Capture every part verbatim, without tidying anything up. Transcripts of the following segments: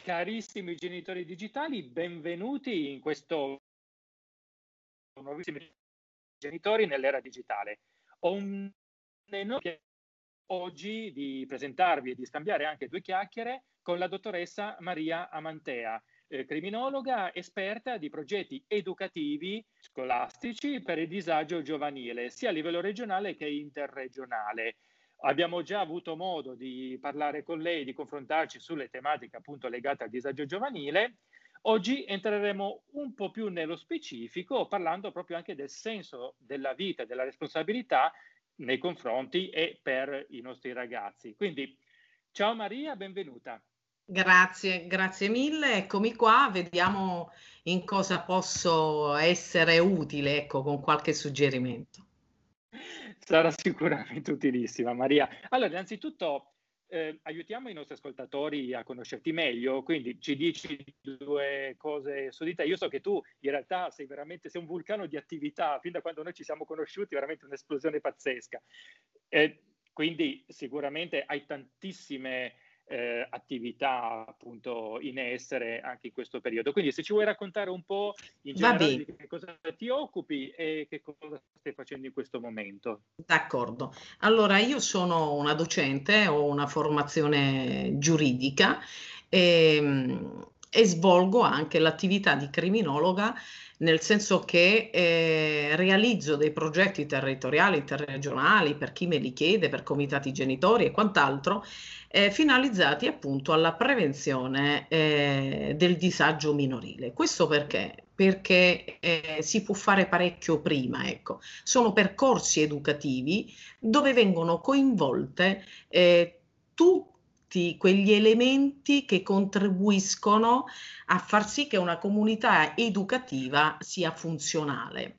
Carissimi genitori digitali, benvenuti in questo nuovissimo genitori nell'era digitale. Ho un enorme piacere oggi di presentarvi e di scambiare anche due chiacchiere con la dottoressa Maria Amantea, eh, criminologa esperta di progetti educativi scolastici per il disagio giovanile, sia a livello regionale che interregionale. Abbiamo già avuto modo di parlare con lei, di confrontarci sulle tematiche appunto legate al disagio giovanile. Oggi entreremo un po' più nello specifico, parlando proprio anche del senso della vita e della responsabilità nei confronti e per i nostri ragazzi. Quindi, ciao Maria, benvenuta. Grazie, grazie mille. Eccomi qua, vediamo in cosa posso essere utile, ecco, con qualche suggerimento. Sarà sicuramente utilissima, Maria. Allora, innanzitutto, eh, aiutiamo i nostri ascoltatori a conoscerti meglio, quindi ci dici due cose su di te. Io so che tu in realtà sei veramente sei un vulcano di attività, fin da quando noi ci siamo conosciuti, veramente un'esplosione pazzesca. Eh, quindi sicuramente hai tantissime eh, attività appunto in essere anche in questo periodo. Quindi se ci vuoi raccontare un po' in generale di che cosa ti occupi e che cosa stai facendo in questo momento. D'accordo. Allora, io sono una docente, ho una formazione giuridica e, e svolgo anche l'attività di criminologa, nel senso che eh, realizzo dei progetti territoriali, interregionali, per chi me li chiede, per comitati genitori e quant'altro, eh, finalizzati appunto alla prevenzione eh, del disagio minorile. Questo perché? Perché eh, si può fare parecchio prima, ecco. Sono percorsi educativi dove vengono coinvolte eh, tutti quegli elementi che contribuiscono a far sì che una comunità educativa sia funzionale.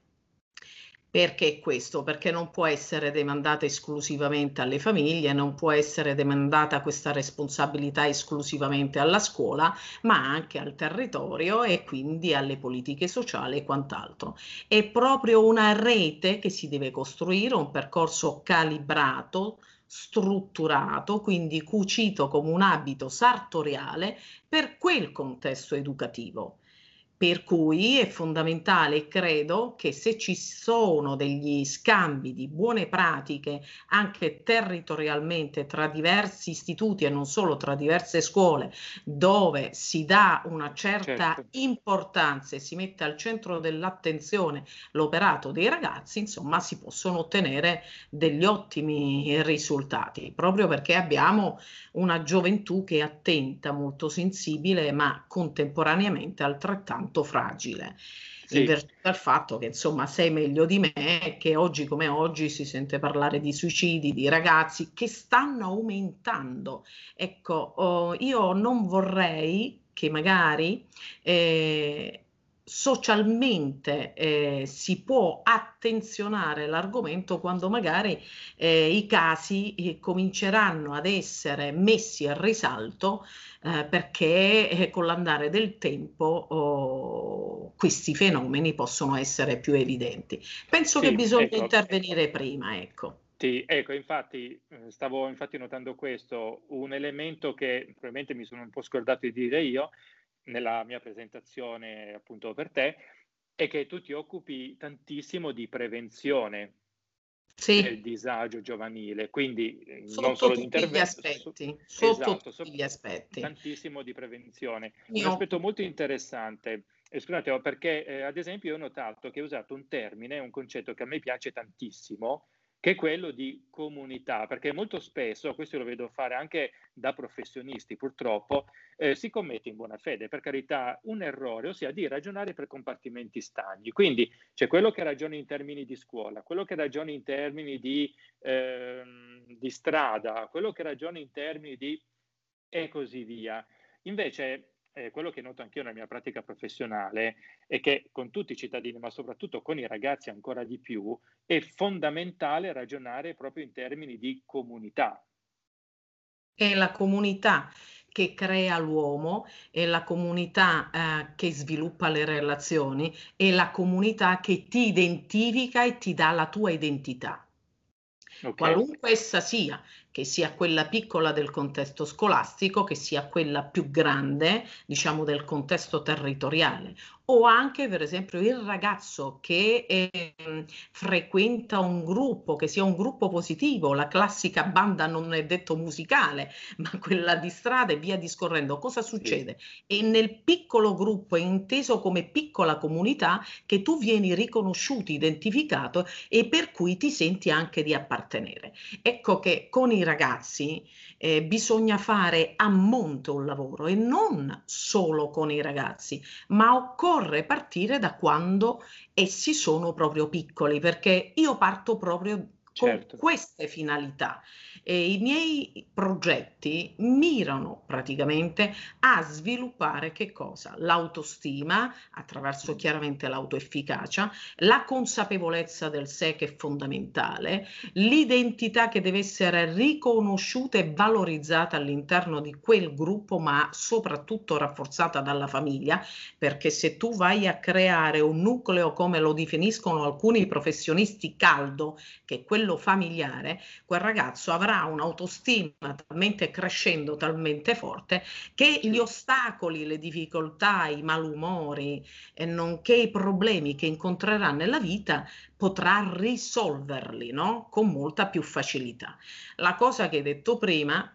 Perché questo? Perché non può essere demandata esclusivamente alle famiglie, non può essere demandata questa responsabilità esclusivamente alla scuola, ma anche al territorio e quindi alle politiche sociali e quant'altro. È proprio una rete che si deve costruire, un percorso calibrato, strutturato, quindi cucito come un abito sartoriale per quel contesto educativo. Per cui è fondamentale, credo, che se ci sono degli scambi di buone pratiche anche territorialmente tra diversi istituti e non solo tra diverse scuole, dove si dà una certa Certo. importanza e si mette al centro dell'attenzione l'operato dei ragazzi, insomma, si possono ottenere degli ottimi risultati, proprio perché abbiamo una gioventù che è attenta, molto sensibile, ma contemporaneamente altrettanto fragile, sì, in virtù del fatto che insomma sei meglio di me che oggi come oggi si sente parlare di suicidi di ragazzi che stanno aumentando. Ecco, oh, io non vorrei che magari eh, socialmente eh, si può attenzionare l'argomento quando magari eh, i casi eh, cominceranno ad essere messi a risalto eh, perché eh, con l'andare del tempo oh, questi fenomeni possono essere più evidenti. Penso Sì, che bisogna ecco, intervenire prima, ecco. Sì, ecco, infatti stavo infatti notando questo, un elemento che probabilmente mi sono un po' scordato di dire io nella mia presentazione appunto per te, è che tu ti occupi tantissimo di prevenzione Sì, del disagio giovanile, quindi non sotto solo di tutti gli intervento, aspetti, sotto esatto, tutti so, gli aspetti. tantissimo di prevenzione. Mi Un aspetto occupo. molto interessante, eh, scusate, oh, perché eh, ad esempio io ho notato che hai usato un termine, un concetto che a me piace tantissimo, che è quello di comunità, perché molto spesso, questo lo vedo fare anche da professionisti purtroppo, eh, si commette in buona fede, per carità, un errore, ossia di ragionare per compartimenti stagni. Quindi c'è quello che ragiona in termini di scuola, quello che ragiona in termini di, ehm, di strada, quello che ragiona in termini di e così via. Invece, eh, quello che noto anch'io nella mia pratica professionale è che con tutti i cittadini, ma soprattutto con i ragazzi ancora di più, è fondamentale ragionare proprio in termini di comunità. È la comunità che crea l'uomo, è la comunità eh, che sviluppa le relazioni, è la comunità che ti identifica e ti dà la tua identità. Ok? Qualunque essa sia, che sia quella piccola del contesto scolastico, che sia quella più grande, diciamo, del contesto territoriale, o anche per esempio il ragazzo che eh, frequenta un gruppo, che sia un gruppo positivo, la classica banda non è detto musicale, ma quella di strada e via discorrendo. Cosa succede? Sì. È nel piccolo gruppo, è inteso come piccola comunità, che tu vieni riconosciuto, identificato e per cui ti senti anche di appartenere. Ecco che con i ragazzi eh, bisogna fare a monte un lavoro e non solo con i ragazzi, ma occorre partire da quando essi sono proprio piccoli, perché io parto proprio certo. con queste finalità. E i miei progetti mirano praticamente a sviluppare che cosa? L'autostima attraverso chiaramente l'autoefficacia, la consapevolezza del sé che è fondamentale, l'identità che deve essere riconosciuta e valorizzata all'interno di quel gruppo, ma soprattutto rafforzata dalla famiglia, perché se tu vai a creare un nucleo, come lo definiscono alcuni professionisti, caldo, che è quello familiare, quel ragazzo avrà un'autostima talmente crescendo, talmente forte, che gli ostacoli, le difficoltà, i malumori e nonché i problemi che incontrerà nella vita potrà risolverli, no? Con molta più facilità. La cosa che hai detto prima,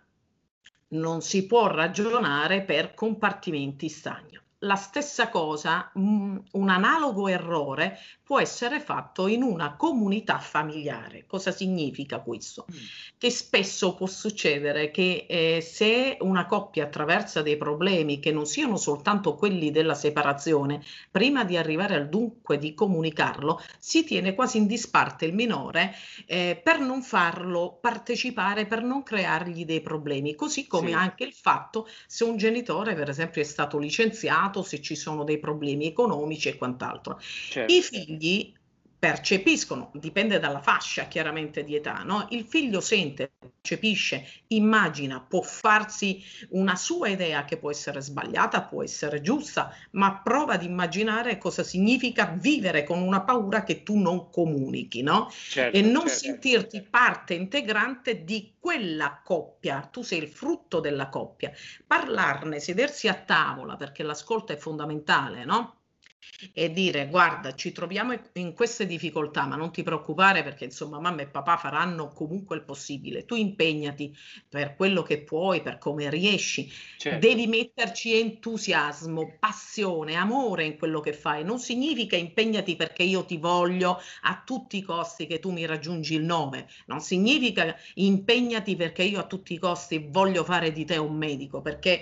non si può ragionare per compartimenti stagni. La stessa cosa, mh, un analogo errore può essere fatto in una comunità familiare. Cosa significa questo? Che spesso può succedere che eh, se una coppia attraversa dei problemi che non siano soltanto quelli della separazione, prima di arrivare al dunque di comunicarlo, si tiene quasi in disparte il minore eh, per non farlo partecipare, per non creargli dei problemi, così come sì. Anche il fatto se un genitore per esempio è stato licenziato, se ci sono dei problemi economici e quant'altro. Certo. I figli percepiscono, dipende dalla fascia chiaramente di età, no? Il figlio sente, percepisce, immagina, può farsi una sua idea che può essere sbagliata, può essere giusta, ma prova ad immaginare cosa significa vivere con una paura che tu non comunichi, no? Certo, e non certo, sentirti certo. parte integrante di quella coppia, tu sei il frutto della coppia. Parlarne, sedersi a tavola, perché l'ascolto è fondamentale, no? E dire guarda, ci troviamo in queste difficoltà, ma non ti preoccupare perché insomma mamma e papà faranno comunque il possibile, tu impegnati per quello che puoi, per come riesci, certo. Devi metterci entusiasmo, passione, amore in quello che fai, non significa impegnati perché io ti voglio a tutti i costi che tu mi raggiungi il nove, non significa impegnati perché io a tutti i costi voglio fare di te un medico, perché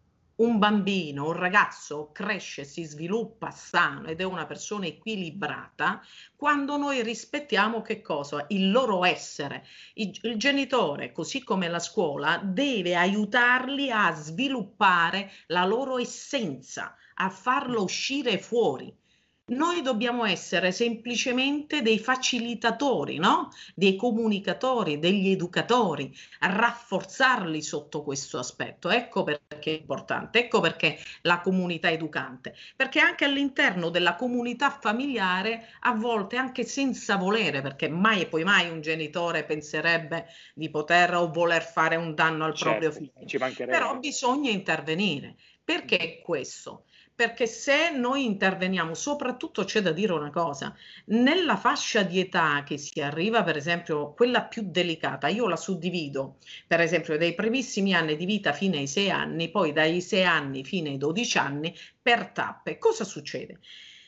un bambino, un ragazzo cresce, si sviluppa sano ed è una persona equilibrata quando noi rispettiamo che cosa? Il loro essere. Il, il genitore, così come la scuola, deve aiutarli a sviluppare la loro essenza, a farlo uscire fuori. Noi dobbiamo essere semplicemente dei facilitatori, no? Dei comunicatori, degli educatori, a rafforzarli sotto questo aspetto. Ecco perché è importante, ecco perché la comunità educante, perché anche all'interno della comunità familiare, a volte anche senza volere, perché mai e poi mai un genitore penserebbe di poter o voler fare un danno al certo, proprio figlio, ci mancherebbe. Però bisogna intervenire. Perché è questo? Perché se noi interveniamo, soprattutto c'è da dire una cosa, nella fascia di età che si arriva, per esempio, quella più delicata, io la suddivido, per esempio, dai primissimi anni di vita fino ai sei anni, poi dai sei anni fino ai dodici anni, per tappe. Cosa succede?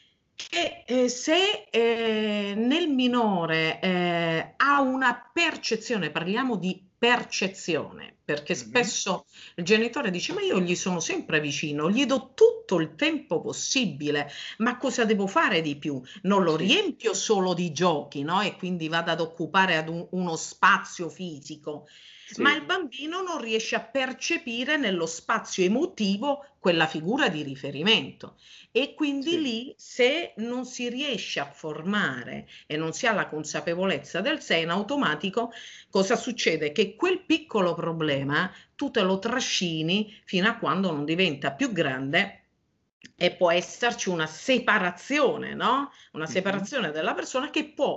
Che eh, se eh, nel minore eh, ha una percezione, parliamo di percezione, perché spesso il genitore dice ma io gli sono sempre vicino, gli do tutto il tempo possibile, ma cosa devo fare di più? Non lo sì. riempio solo di giochi, no? E quindi vado ad occupare ad un, uno spazio fisico. Sì. Ma il bambino non riesce a percepire nello spazio emotivo quella figura di riferimento e quindi sì. lì se non si riesce a formare e non si ha la consapevolezza del sé, in automatico cosa succede? Che quel piccolo problema tu te lo trascini fino a quando non diventa più grande e può esserci una separazione, no? Una separazione mm-hmm. della persona che può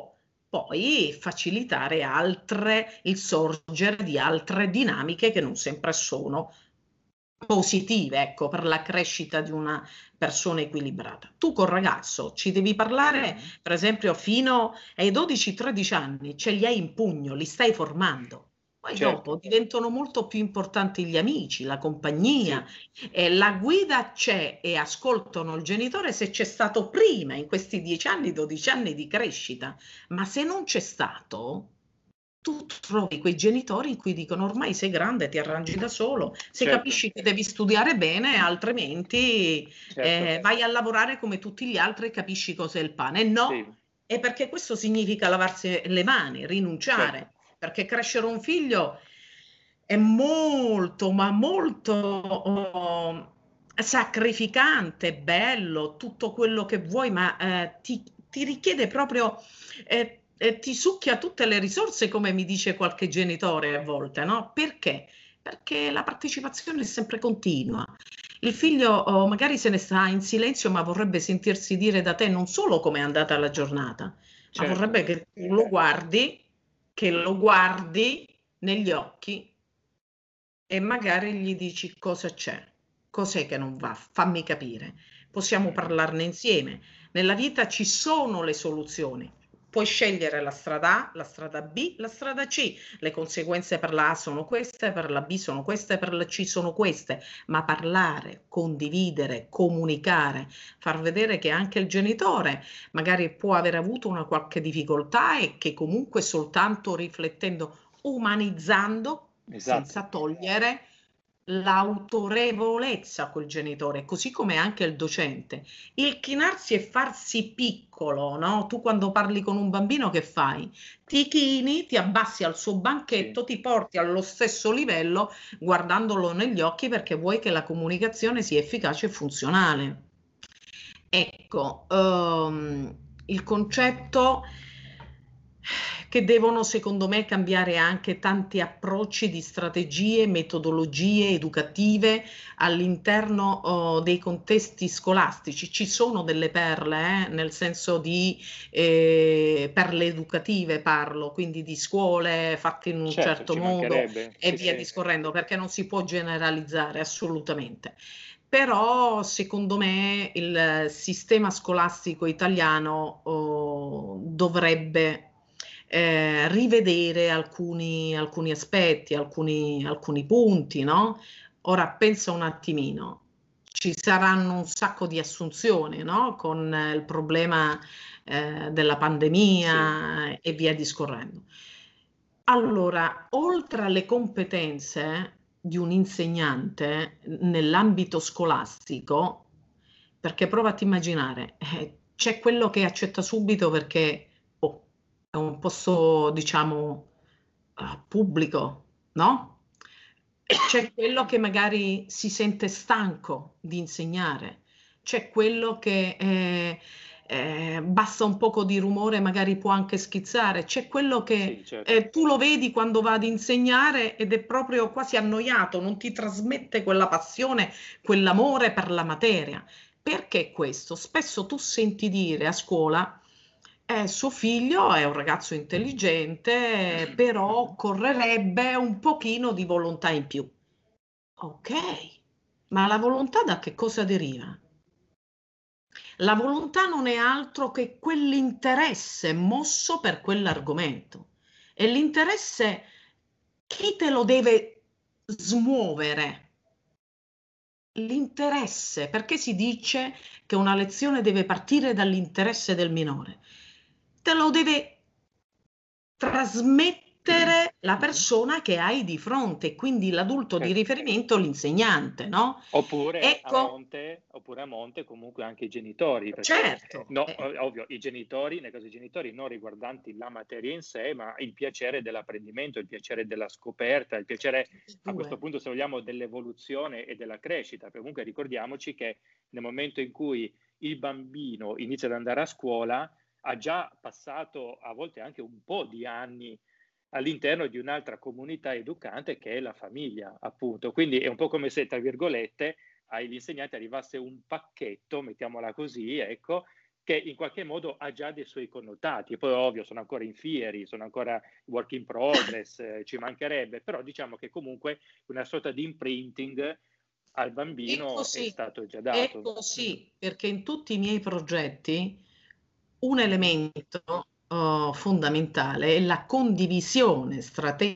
poi facilitare altre, il sorgere di altre dinamiche che non sempre sono positive, ecco, per la crescita di una persona equilibrata. Tu col ragazzo ci devi parlare, Mhm. per esempio, fino ai dodici tredici anni, ce li hai in pugno, li stai formando. Poi dopo Certo, diventano molto più importanti gli amici, la compagnia, sì, e la guida c'è e ascoltano il genitore se c'è stato prima, in questi dieci anni, dodici anni di crescita, ma se non c'è stato, tu trovi quei genitori in cui dicono ormai sei grande, ti arrangi da solo, se certo, capisci che devi studiare bene, altrimenti certo, eh, vai a lavorare come tutti gli altri e capisci cos'è il pane. sì, No, è perché questo significa lavarsi le mani, certo, rinunciare, perché crescere un figlio è molto, ma molto oh, sacrificante, bello, tutto quello che vuoi, ma eh, ti, ti richiede proprio, eh, eh, ti succhia tutte le risorse, come mi dice qualche genitore a volte, no? Perché? Perché la partecipazione è sempre continua. Il figlio oh, magari se ne sta in silenzio, ma vorrebbe sentirsi dire da te non solo come è andata la giornata, ma certo, vorrebbe che tu lo guardi, che lo guardi negli occhi e magari gli dici cosa c'è, cos'è che non va, fammi capire, possiamo mhm, parlarne insieme. Nella vita ci sono le soluzioni. Puoi scegliere la strada A, la strada B, la strada C. Le conseguenze per la A sono queste, per la B sono queste, per la C sono queste. Ma parlare, condividere, comunicare, far vedere che anche il genitore magari può aver avuto una qualche difficoltà e che comunque soltanto riflettendo, umanizzando, senza esatto, togliere l'autorevolezza col genitore, così come anche il docente. Il chinarsi e farsi piccolo, no? Tu quando parli con un bambino che fai? Ti chini, ti abbassi al suo sì, banchetto, ti porti allo stesso livello guardandolo negli occhi perché vuoi che la comunicazione sia efficace e funzionale. Ecco, ehm, il concetto che devono, secondo me, cambiare anche tanti approcci di strategie, metodologie educative all'interno oh, dei contesti scolastici. Ci sono delle perle, eh, nel senso di eh, perle educative parlo, quindi di scuole fatte in un certo, certo ci modo mancherebbe, e sì, via sì, discorrendo, perché non si può generalizzare assolutamente. Però secondo me il sistema scolastico italiano oh, dovrebbe eh, rivedere alcuni, alcuni aspetti, alcuni, alcuni punti, no? Ora pensa un attimino, ci saranno un sacco di assunzioni, no? Con eh, il problema eh, della sì, pandemia e via discorrendo. Allora, oltre alle competenze di un insegnante nell'ambito scolastico, perché prova a immaginare, eh, c'è quello che accetta subito perché oh, è un posto, diciamo, eh, pubblico, no? C'è quello che magari si sente stanco di insegnare, c'è quello che eh, eh, basta un poco di rumore, magari può anche schizzare, c'è quello che sì, certo, eh, tu lo vedi quando va ad insegnare ed è proprio quasi annoiato, non ti trasmette quella passione, quell'amore per la materia. Perché questo? Spesso tu senti dire a scuola, eh, suo figlio è un ragazzo intelligente, però mhm, occorrerebbe un pochino di volontà in più. Ok, ma la volontà da che cosa deriva? La volontà non è altro che quell'interesse mosso per quell'argomento. E l'interesse, chi te lo deve smuovere? L'interesse, perché si dice che una lezione deve partire dall'interesse del minore? Te lo deve trasmettere la mhm, persona che hai di fronte, quindi l'adulto di certo. riferimento, l'insegnante, no? Oppure a Ecco, monte, oppure a monte comunque anche i genitori, perché certo, no, eh, ov- ovvio, i genitori, nel caso dei genitori, non riguardanti la materia in sé, ma il piacere dell'apprendimento, il piacere della scoperta, il piacere tutti e a questo due. punto, se vogliamo, dell'evoluzione e della crescita. Comunque ricordiamoci che nel momento in cui il bambino inizia ad andare a scuola, ha già passato a volte anche un po' di anni all'interno di un'altra comunità educante che è la famiglia, appunto. Quindi è un po' come se, tra virgolette, agli insegnanti arrivasse un pacchetto, mettiamola così, ecco, che in qualche modo ha già dei suoi connotati. Poi ovvio sono ancora in fieri, sono ancora work in progress, eh, ci mancherebbe, però diciamo che comunque una sorta di imprinting al È bambino è così, stato già è dato. Mm. così, perché in tutti i miei progetti un Mhm. elemento oh, fondamentale è la condivisione strategica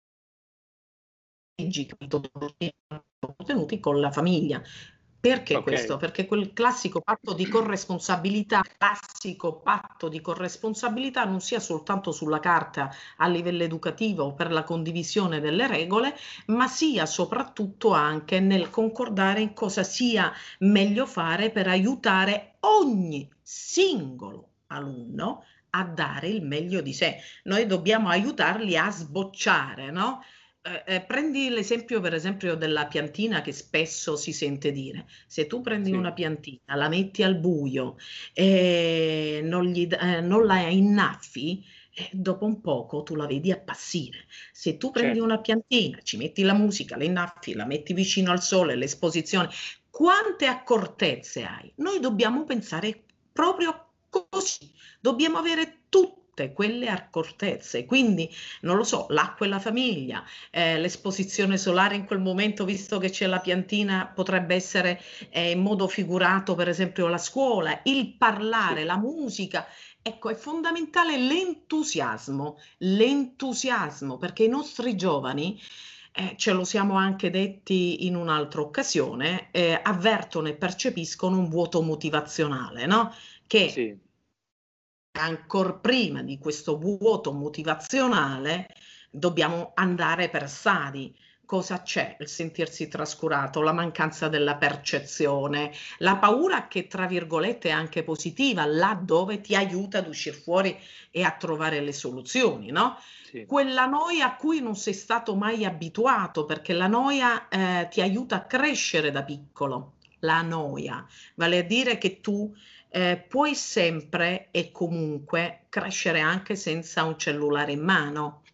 contenuti con la famiglia. Perché Ok, questo? Perché quel classico patto di corresponsabilità, classico patto di corresponsabilità non sia soltanto sulla carta a livello educativo per la condivisione delle regole, ma sia soprattutto anche nel concordare in cosa sia meglio fare per aiutare ogni singolo alunno a dare il meglio di sé. Noi dobbiamo aiutarli a sbocciare, no? Eh, eh, prendi l'esempio, per esempio, della piantina che spesso si sente dire. Se tu prendi sì, una piantina, la metti al buio e non, gli d- eh, non la innaffi, eh, dopo un poco tu la vedi appassire. Se tu prendi certo. una piantina, ci metti la musica, la innaffi, la metti vicino al sole, l'esposizione, quante accortezze hai? Noi dobbiamo pensare proprio così, dobbiamo avere tutte quelle accortezze, quindi non lo so, l'acqua e la famiglia, eh, l'esposizione solare in quel momento, visto che c'è la piantina, potrebbe essere eh, in modo figurato, per esempio, la scuola, il parlare, Sì, la musica. Ecco, è fondamentale l'entusiasmo, l'entusiasmo, perché i nostri giovani, eh, ce lo siamo anche detti in un'altra occasione, eh, avvertono e percepiscono un vuoto motivazionale, no? Che sì, ancor prima di questo vuoto motivazionale dobbiamo andare per stadi. Cosa c'è? Il sentirsi trascurato, la mancanza della percezione, la paura che, tra virgolette, è anche positiva, laddove ti aiuta ad uscire fuori e a trovare le soluzioni, no? sì, Quella noia a cui non sei stato mai abituato, perché la noia eh, ti aiuta a crescere da piccolo. La noia, vale a dire che tu eh, puoi sempre e comunque crescere anche senza un cellulare in mano.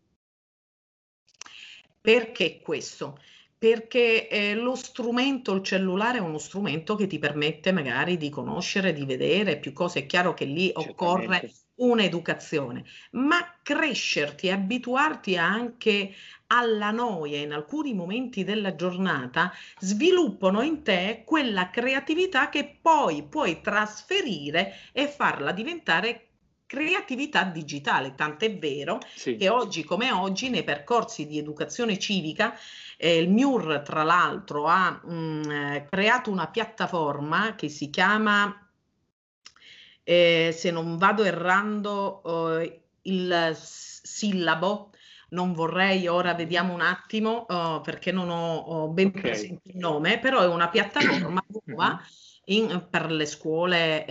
Perché questo? Perché eh, lo strumento, il cellulare è uno strumento che ti permette magari di conoscere, di vedere più cose. È chiaro che lì occorre certamente. un'educazione, ma crescerti, abituarti anche alla noia in alcuni momenti della giornata, sviluppano in te quella creatività che poi puoi trasferire e farla diventare creatività digitale. Tant'è vero Sì, che oggi come oggi nei percorsi di educazione civica eh, il M I U R tra l'altro ha mh, eh, creato una piattaforma che si chiama, eh, se non vado errando, eh, il sillabo. Non vorrei, ora mhm, vediamo un attimo, eh, perché non ho, ho ben ok. presente il nome, però è una piattaforma nuova Mhm, in- per le scuole,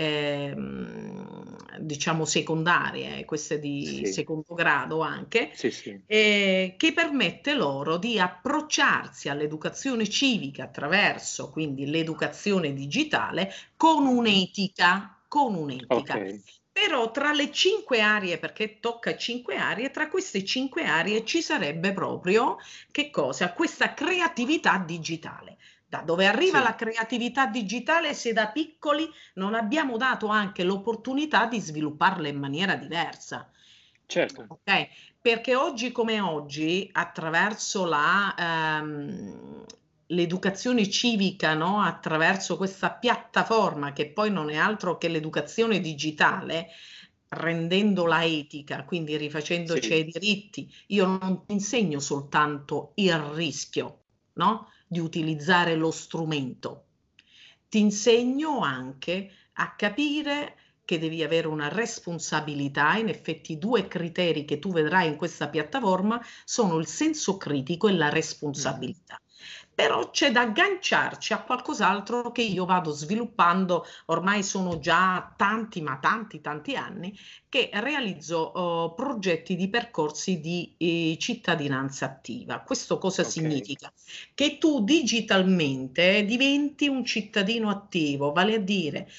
ehm, diciamo, secondarie, queste di sì, secondo grado anche, sì, sì, eh, che permette loro di approcciarsi all'educazione civica attraverso quindi l'educazione digitale con mhm, un'etica, con ok, un'etica. Però tra le cinque aree, perché tocca cinque aree, tra queste cinque aree ci sarebbe proprio che cosa? Questa creatività digitale. Da dove arriva la sì, creatività digitale se da piccoli non abbiamo dato anche l'opportunità di svilupparla in maniera diversa? certo, Ok? Perché oggi come oggi, attraverso la, ehm, l'educazione civica, no? Attraverso questa piattaforma che poi non è altro che l'educazione digitale, rendendola etica, quindi rifacendoci sì, ai diritti, io non insegno soltanto il rischio, no? Di utilizzare lo strumento. Ti insegno anche a capire che devi avere una responsabilità. In effetti, i due criteri che tu vedrai in questa piattaforma sono il senso critico e la mhm, responsabilità. Però c'è da agganciarci a qualcos'altro che io vado sviluppando, ormai sono già tanti, ma tanti, tanti anni, che realizzo eh, progetti di percorsi di eh, cittadinanza attiva. Questo cosa ok, significa? Che tu digitalmente diventi un cittadino attivo, vale a dire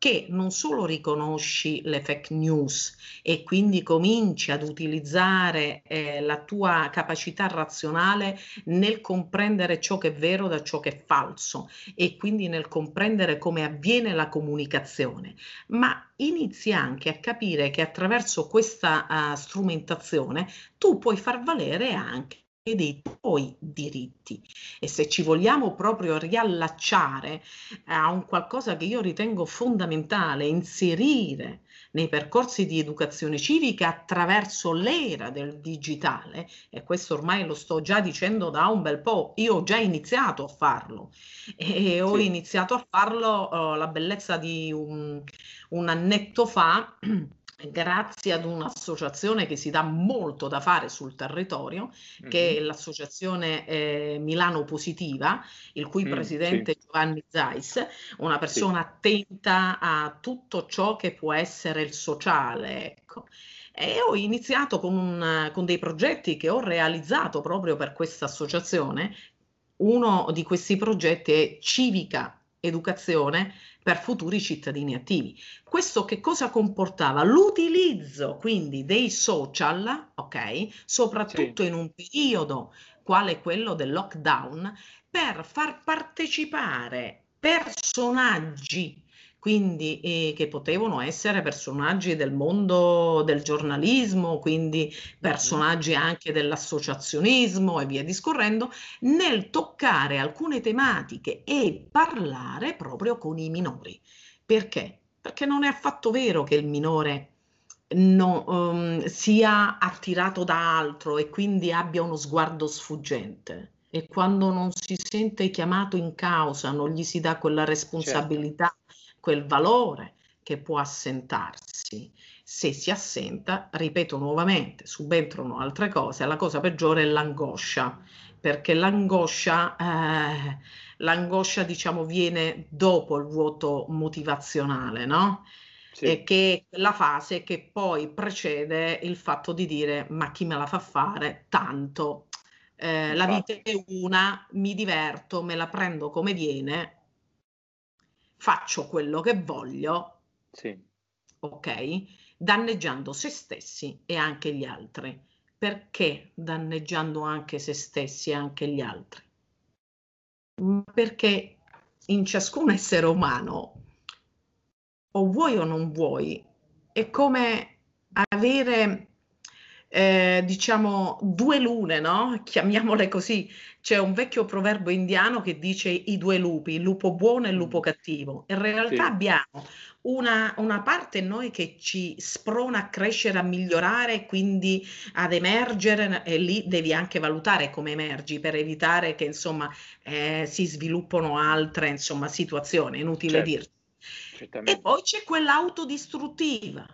che non solo riconosci le fake news e quindi cominci ad utilizzare eh, la tua capacità razionale nel comprendere ciò che è vero da ciò che è falso e quindi nel comprendere come avviene la comunicazione, ma inizi anche a capire che attraverso questa uh, strumentazione tu puoi far valere anche dei tuoi diritti. E se ci vogliamo proprio riallacciare a un qualcosa che io ritengo fondamentale, inserire nei percorsi di educazione civica attraverso l'era del digitale, e questo ormai lo sto già dicendo da un bel po', io ho già iniziato a farlo e ho Sì. iniziato a farlo uh, la bellezza di un, un annetto fa grazie ad un'associazione che si dà molto da fare sul territorio, che Mm-hmm. è l'associazione eh, Milano Positiva, il cui Mm, presidente sì. è Giovanni Zais, una Sì. persona attenta a tutto ciò che può essere il sociale, ecco. E ho iniziato con, un, con dei progetti che ho realizzato proprio per questa associazione. Uno di questi progetti è Civica Educazione per futuri cittadini attivi. Questo che cosa comportava? L'utilizzo quindi dei social, ok? Sì. Soprattutto in un periodo quale quello del lockdown, per far partecipare personaggi, quindi eh, che potevano essere personaggi del mondo del giornalismo, quindi Mm-hmm. personaggi anche dell'associazionismo e via discorrendo, nel toccare alcune tematiche e parlare proprio con i minori. Perché? Perché non è affatto vero che il minore no, um, sia attirato da altro e quindi abbia uno sguardo sfuggente. E quando non si sente chiamato in causa, non gli si dà quella Certo. responsabilità, quel valore che può assentarsi. Se si assenta, ripeto nuovamente, subentrano altre cose. La cosa peggiore è l'angoscia, perché l'angoscia, eh, l'angoscia, diciamo, viene dopo il vuoto motivazionale, no? E Sì. che è quella fase che poi precede il fatto di dire: ma chi me la fa fare? Tanto eh, la vita Infatti. è una, mi diverto, me la prendo come viene, faccio quello che voglio, Sì. ok? Danneggiando se stessi e anche gli altri. Perché danneggiando anche se stessi e anche gli altri? Perché in ciascun essere umano, o vuoi o non vuoi, è come avere, eh, diciamo, due lune, no? Chiamiamole così. C'è un vecchio proverbio indiano che dice i due lupi, il lupo buono e il lupo Mm. cattivo. In realtà Sì. abbiamo una, una parte in noi che ci sprona a crescere, a migliorare, quindi ad emergere, e lì devi anche valutare come emergi per evitare che, insomma, eh, si sviluppano altre, insomma, situazioni, è inutile Certo. dirti. E Certamente. poi c'è quella autodistruttiva.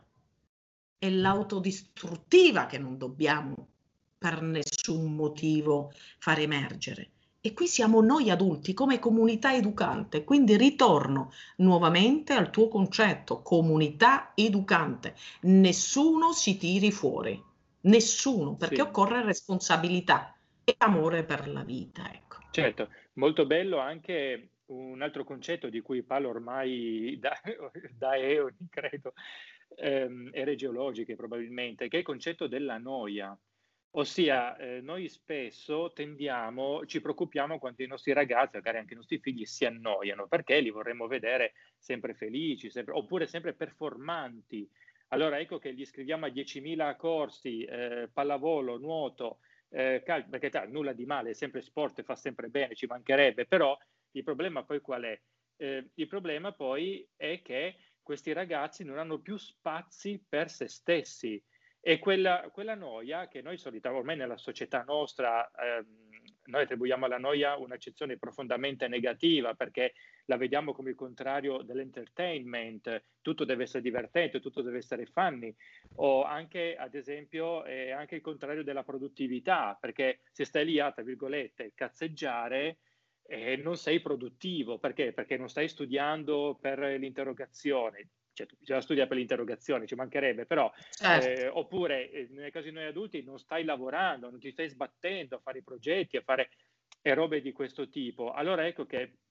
È l'autodistruttiva che non dobbiamo per nessun motivo far emergere. E qui siamo noi adulti come comunità educante, quindi ritorno nuovamente al tuo concetto, comunità educante. Nessuno si tiri fuori, nessuno, perché Sì. occorre responsabilità e amore per la vita, ecco. Certo, molto bello anche un altro concetto di cui parlo ormai da, da eoni, credo, ehm, ere geologiche probabilmente, che è il concetto della noia. Ossia, eh, noi spesso tendiamo, ci preoccupiamo quando i nostri ragazzi, magari anche i nostri figli, si annoiano, perché li vorremmo vedere sempre felici, sempre, oppure sempre performanti. Allora ecco che li iscriviamo a diecimila corsi, eh, pallavolo, nuoto, eh, calcio, perché tá, nulla di male, è sempre sport e fa sempre bene, ci mancherebbe, però il problema poi qual è? Eh, il problema poi è che questi ragazzi non hanno più spazi per se stessi e quella, quella noia che noi solitamente, ormai nella società nostra, ehm, noi attribuiamo alla noia un'accezione profondamente negativa perché la vediamo come il contrario dell'entertainment, tutto deve essere divertente, tutto deve essere funny, o anche ad esempio è anche il contrario della produttività, perché se stai lì a, tra virgolette, cazzeggiare, eh, non sei produttivo, perché? Perché non stai studiando per l'interrogazione, cioè bisogna studiare per l'interrogazione, ci mancherebbe, però, Certo. eh, oppure eh, nel caso di noi adulti non stai lavorando, non ti stai sbattendo a fare i progetti, a fare e robe di questo tipo. Allora ecco che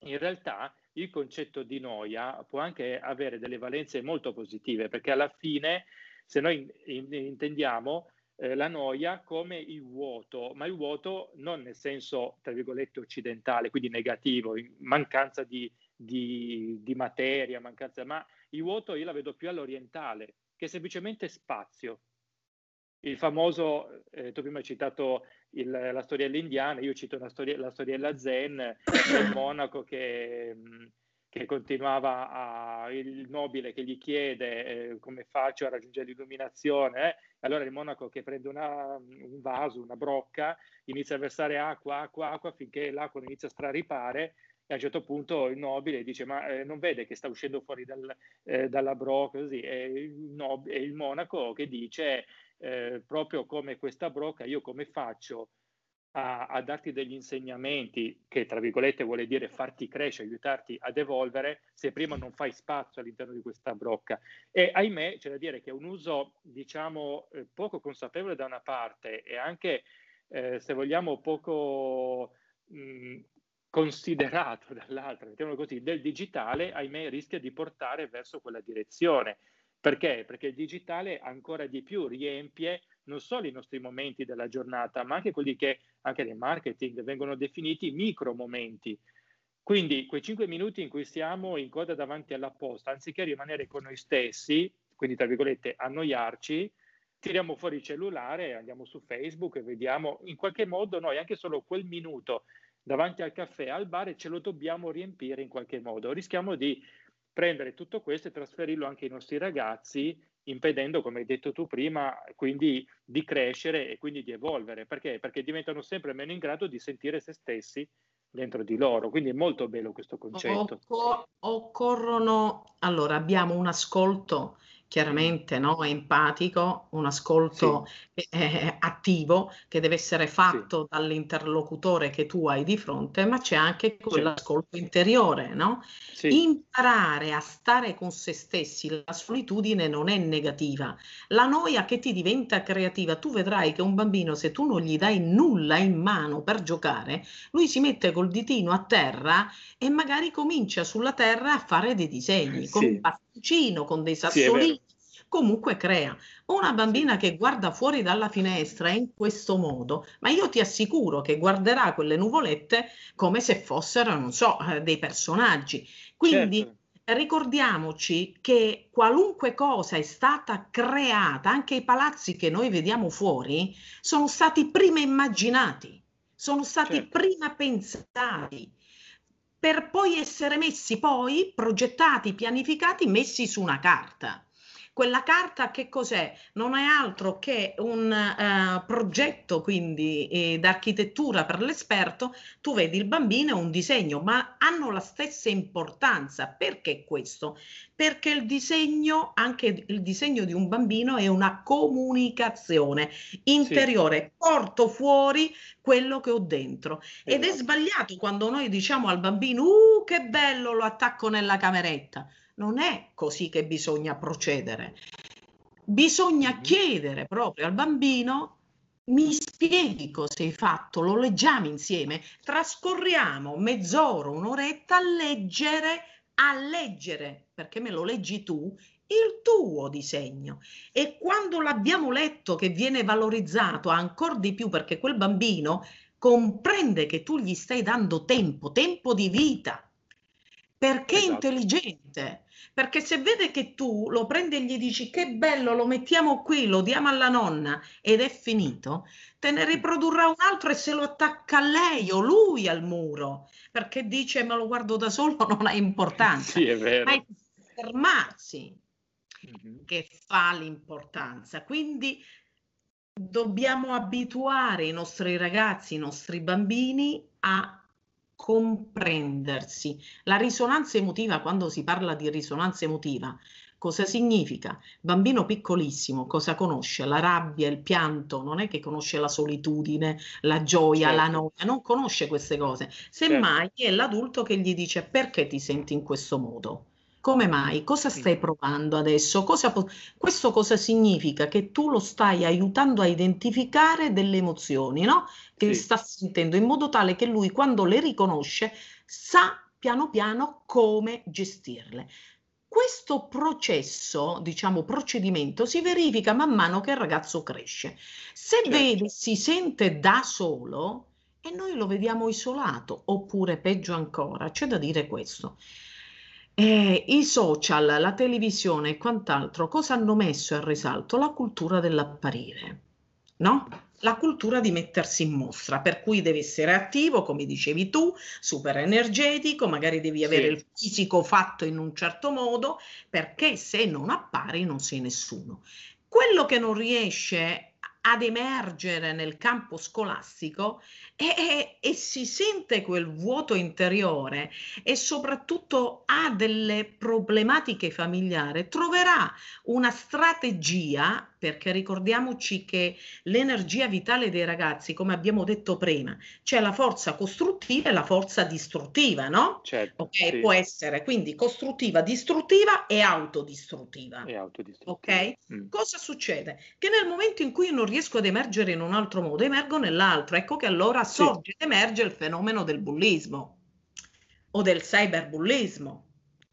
in realtà il concetto di noia può anche avere delle valenze molto positive, perché alla fine, se noi in, in, intendiamo eh, la noia come il vuoto, ma il vuoto non nel senso, tra virgolette, occidentale, quindi negativo, mancanza di, di, di materia, mancanza, ma il vuoto io la vedo più all'orientale, che è semplicemente spazio. Il famoso, eh, tu prima hai citato il, la storiella indiana, io cito una storia, la storiella zen del monaco che, che continuava a, il nobile che gli chiede eh, come faccio a raggiungere l'illuminazione, eh? Allora il monaco che prende una, un vaso, una brocca, inizia a versare acqua, acqua, acqua, finché l'acqua non inizia a straripare, e a un certo punto il nobile dice ma eh, non vede che sta uscendo fuori dal, eh, dalla brocca, così, e il, nob- e il monaco che dice eh, proprio come questa brocca, io come faccio a, a darti degli insegnamenti, che tra virgolette vuole dire farti crescere, aiutarti ad evolvere, se prima non fai spazio all'interno di questa brocca. E ahimè c'è da dire che un uso, diciamo, eh, poco consapevole da una parte e anche, eh, se vogliamo, poco mh, considerato dall'altra, mettiamolo così, del digitale, ahimè, rischia di portare verso quella direzione. Perché? Perché il digitale ancora di più riempie non solo i nostri momenti della giornata, ma anche quelli che anche nel marketing vengono definiti micro momenti. Quindi quei cinque minuti in cui siamo in coda davanti alla posta, anziché rimanere con noi stessi, quindi tra virgolette annoiarci, tiriamo fuori il cellulare, andiamo su Facebook e vediamo, in qualche modo noi anche solo quel minuto davanti al caffè, al bar, ce lo dobbiamo riempire in qualche modo. Rischiamo di prendere tutto questo e trasferirlo anche ai nostri ragazzi, impedendo, come hai detto tu prima, quindi di crescere e quindi di evolvere. Perché? Perché diventano sempre meno in grado di sentire se stessi dentro di loro. Quindi è molto bello questo concetto. Occo- occorrono, allora abbiamo un ascolto chiaramente, no, empatico, un ascolto Sì, eh, attivo che deve essere sì, fatto dall'interlocutore che tu hai di fronte, ma c'è anche certo, quell'ascolto interiore, no? sì, Imparare a stare con se stessi, la solitudine non è negativa, la noia che ti diventa creativa. Tu vedrai che un bambino, se tu non gli dai nulla in mano per giocare, lui si mette col ditino a terra e magari comincia sulla terra a fare dei disegni con un sì, bastoncino, con dei sì, è sassolini, vero, comunque crea. Una sì, bambina che guarda fuori dalla finestra in questo modo, ma io ti assicuro che guarderà quelle nuvolette come se fossero, non so, eh, dei personaggi. Quindi certo, ricordiamoci che qualunque cosa è stata creata, anche i palazzi che noi vediamo fuori, sono stati prima immaginati, sono stati certo, prima pensati per poi essere messi poi, progettati, pianificati, messi su una carta. Quella carta che cos'è? Non è altro che un uh, progetto quindi eh, d'architettura per l'esperto. Tu vedi il bambino è un disegno, ma hanno la stessa importanza. Perché questo? Perché il disegno, anche il disegno di un bambino è una comunicazione sì, interiore. Porto fuori quello che ho dentro. Ed è esatto. sbagliato quando noi diciamo al bambino, uh, che bello, lo attacco nella cameretta. Non è così che bisogna procedere. Bisogna Mhm. chiedere proprio al bambino, mi spieghi cosa hai fatto, lo leggiamo insieme, trascorriamo mezz'ora, un'oretta a leggere, a leggere, perché me lo leggi tu, il tuo disegno. E quando l'abbiamo letto che viene valorizzato ancora di più, perché quel bambino comprende che tu gli stai dando tempo, tempo di vita, perché è Esatto, intelligente, perché se vede che tu lo prendi e gli dici che bello, lo mettiamo qui, lo diamo alla nonna ed è finito, te ne riprodurrà un altro e se lo attacca a lei o lui al muro, perché dice me lo guardo da solo, non ha importanza, sì, è ma vero. è fermarsi Mhm. che fa l'importanza. Quindi dobbiamo abituare i nostri ragazzi, i nostri bambini a comprendersi. La risonanza emotiva, quando si parla di risonanza emotiva, cosa significa? Bambino piccolissimo, cosa conosce? La rabbia, il pianto, non è che conosce la solitudine, la gioia, la Certo, noia, non conosce queste cose. certo. Semmai è l'adulto che gli dice perché ti senti in questo modo? Come mai? Cosa stai Mhm. provando adesso? Cosa po- questo cosa significa? Che tu lo stai aiutando a identificare delle emozioni, no? Che Sì, sta sentendo in modo tale che lui, quando le riconosce, sa piano piano come gestirle. Questo processo, diciamo procedimento, si verifica man mano che il ragazzo cresce. Se Certo. vede, si sente da solo e noi lo vediamo isolato, oppure peggio ancora, c'è da dire questo. Eh, i social, la televisione e quant'altro, cosa hanno messo in risalto? La cultura dell'apparire, no? La cultura di mettersi in mostra, per cui devi essere attivo, come dicevi tu, super energetico, magari devi avere Sì. il fisico fatto in un certo modo, perché se non appari non sei nessuno. Quello che non riesce ad emergere nel campo scolastico e, e- e si sente quel vuoto interiore e soprattutto ha delle problematiche familiari, troverà una strategia, perché ricordiamoci che l'energia vitale dei ragazzi, come abbiamo detto prima, c'è la forza costruttiva e la forza distruttiva, no? Certo, Ok, sì, può essere quindi costruttiva, distruttiva e autodistruttiva. è autodistruttivo. Ok? Mm. Cosa succede? Che nel momento in cui io non riesco ad emergere in un altro modo, emergo nell'altro. Ecco che allora Sì, sorge ed emerge il fenomeno del bullismo o del cyberbullismo.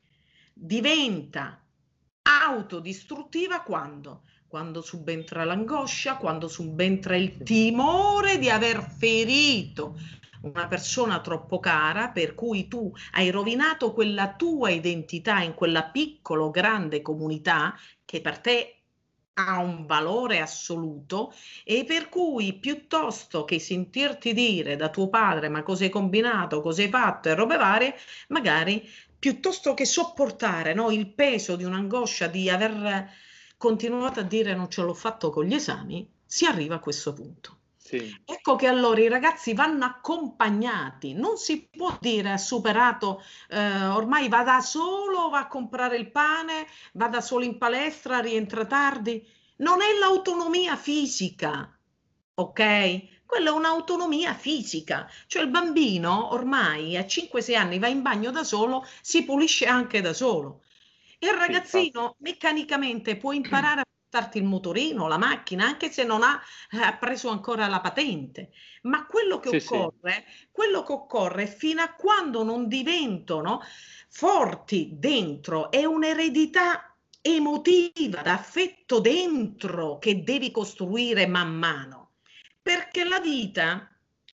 Diventa autodistruttiva quando? Quando subentra l'angoscia, quando subentra il sì, timore di aver ferito una persona troppo cara, per cui tu hai rovinato quella tua identità in quella piccola o grande comunità che per te ha un valore assoluto e per cui piuttosto che sentirti dire da tuo padre ma cosa hai combinato, cosa hai fatto e robe varie, magari piuttosto che sopportare, no, il peso di un'angoscia di aver continuato a dire non ce l'ho fatto con gli esami, si arriva a questo punto. sì, Ecco che allora i ragazzi vanno accompagnati, non si può dire ha superato, eh, ormai va da solo, va a comprare il pane, va da solo in palestra, rientra tardi. Non è l'autonomia fisica, ok? Quella è un'autonomia fisica, cioè il bambino ormai a cinque sei anni va in bagno da solo, si pulisce anche da solo. Il sì, infatti. ragazzino meccanicamente può imparare a portarti il motorino, la macchina, anche se non ha eh, preso ancora la patente. Ma quello che Sì, sì, occorre, quello che occorre fino a quando non diventano forti dentro, è un'eredità emotiva, d'affetto dentro che devi costruire man mano. Perché la vita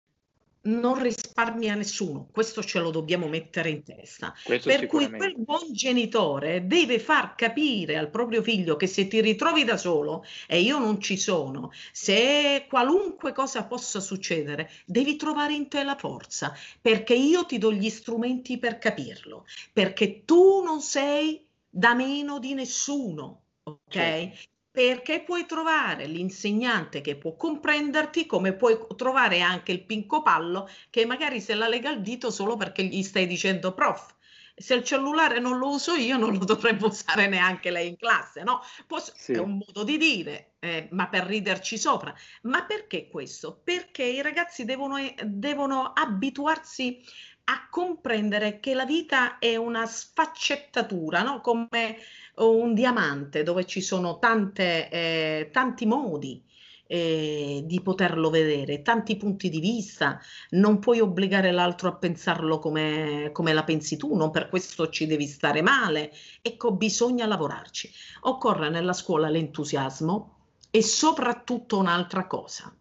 non risparmia nessuno, questo ce lo dobbiamo mettere in testa. questo Per cui quel sicuramente. buon genitore deve far capire al proprio figlio che se ti ritrovi da solo e io non ci sono, se qualunque cosa possa succedere, devi trovare in te la forza, perché io ti do gli strumenti per capirlo, perché tu non sei da meno di nessuno, Certo, ok? Perché puoi trovare l'insegnante che può comprenderti, come puoi trovare anche il pincopallo che magari se la lega al dito solo perché gli stai dicendo prof. Se il cellulare non lo uso io, non lo dovrebbe usare neanche lei in classe, no? Posso- è sì, un modo di dire, eh, ma per riderci sopra. Ma perché questo? Perché i ragazzi devono, eh, devono abituarsi a comprendere che la vita è una sfaccettatura, no? Come un diamante dove ci sono tante, eh, tanti modi eh, di poterlo vedere, tanti punti di vista. Non puoi obbligare l'altro a pensarlo come, come la pensi tu, non per questo ci devi stare male. Ecco, bisogna lavorarci. Occorre nella scuola l'entusiasmo e soprattutto un'altra cosa,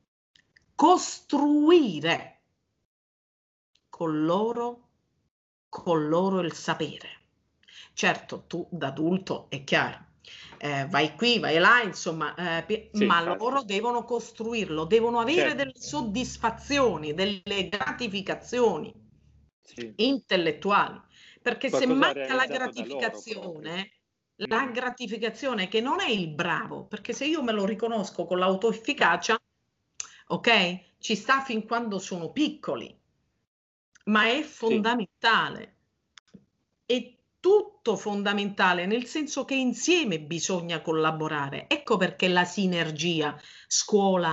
costruire con loro, con loro il sapere. Certo, tu da adulto è chiaro, eh, vai qui, vai là, insomma, eh, sì, ma infatti. loro devono costruirlo, devono avere Certo, delle soddisfazioni, delle gratificazioni sì. intellettuali, perché se Qualcosa manca la realizzato da loro proprio. gratificazione, la Mm. gratificazione che non è il bravo, perché se io me lo riconosco con l'autoefficacia, ok, ci sta fin quando sono piccoli, ma è Sì, fondamentale. È tutto fondamentale, nel senso che insieme bisogna collaborare. Ecco perché la sinergia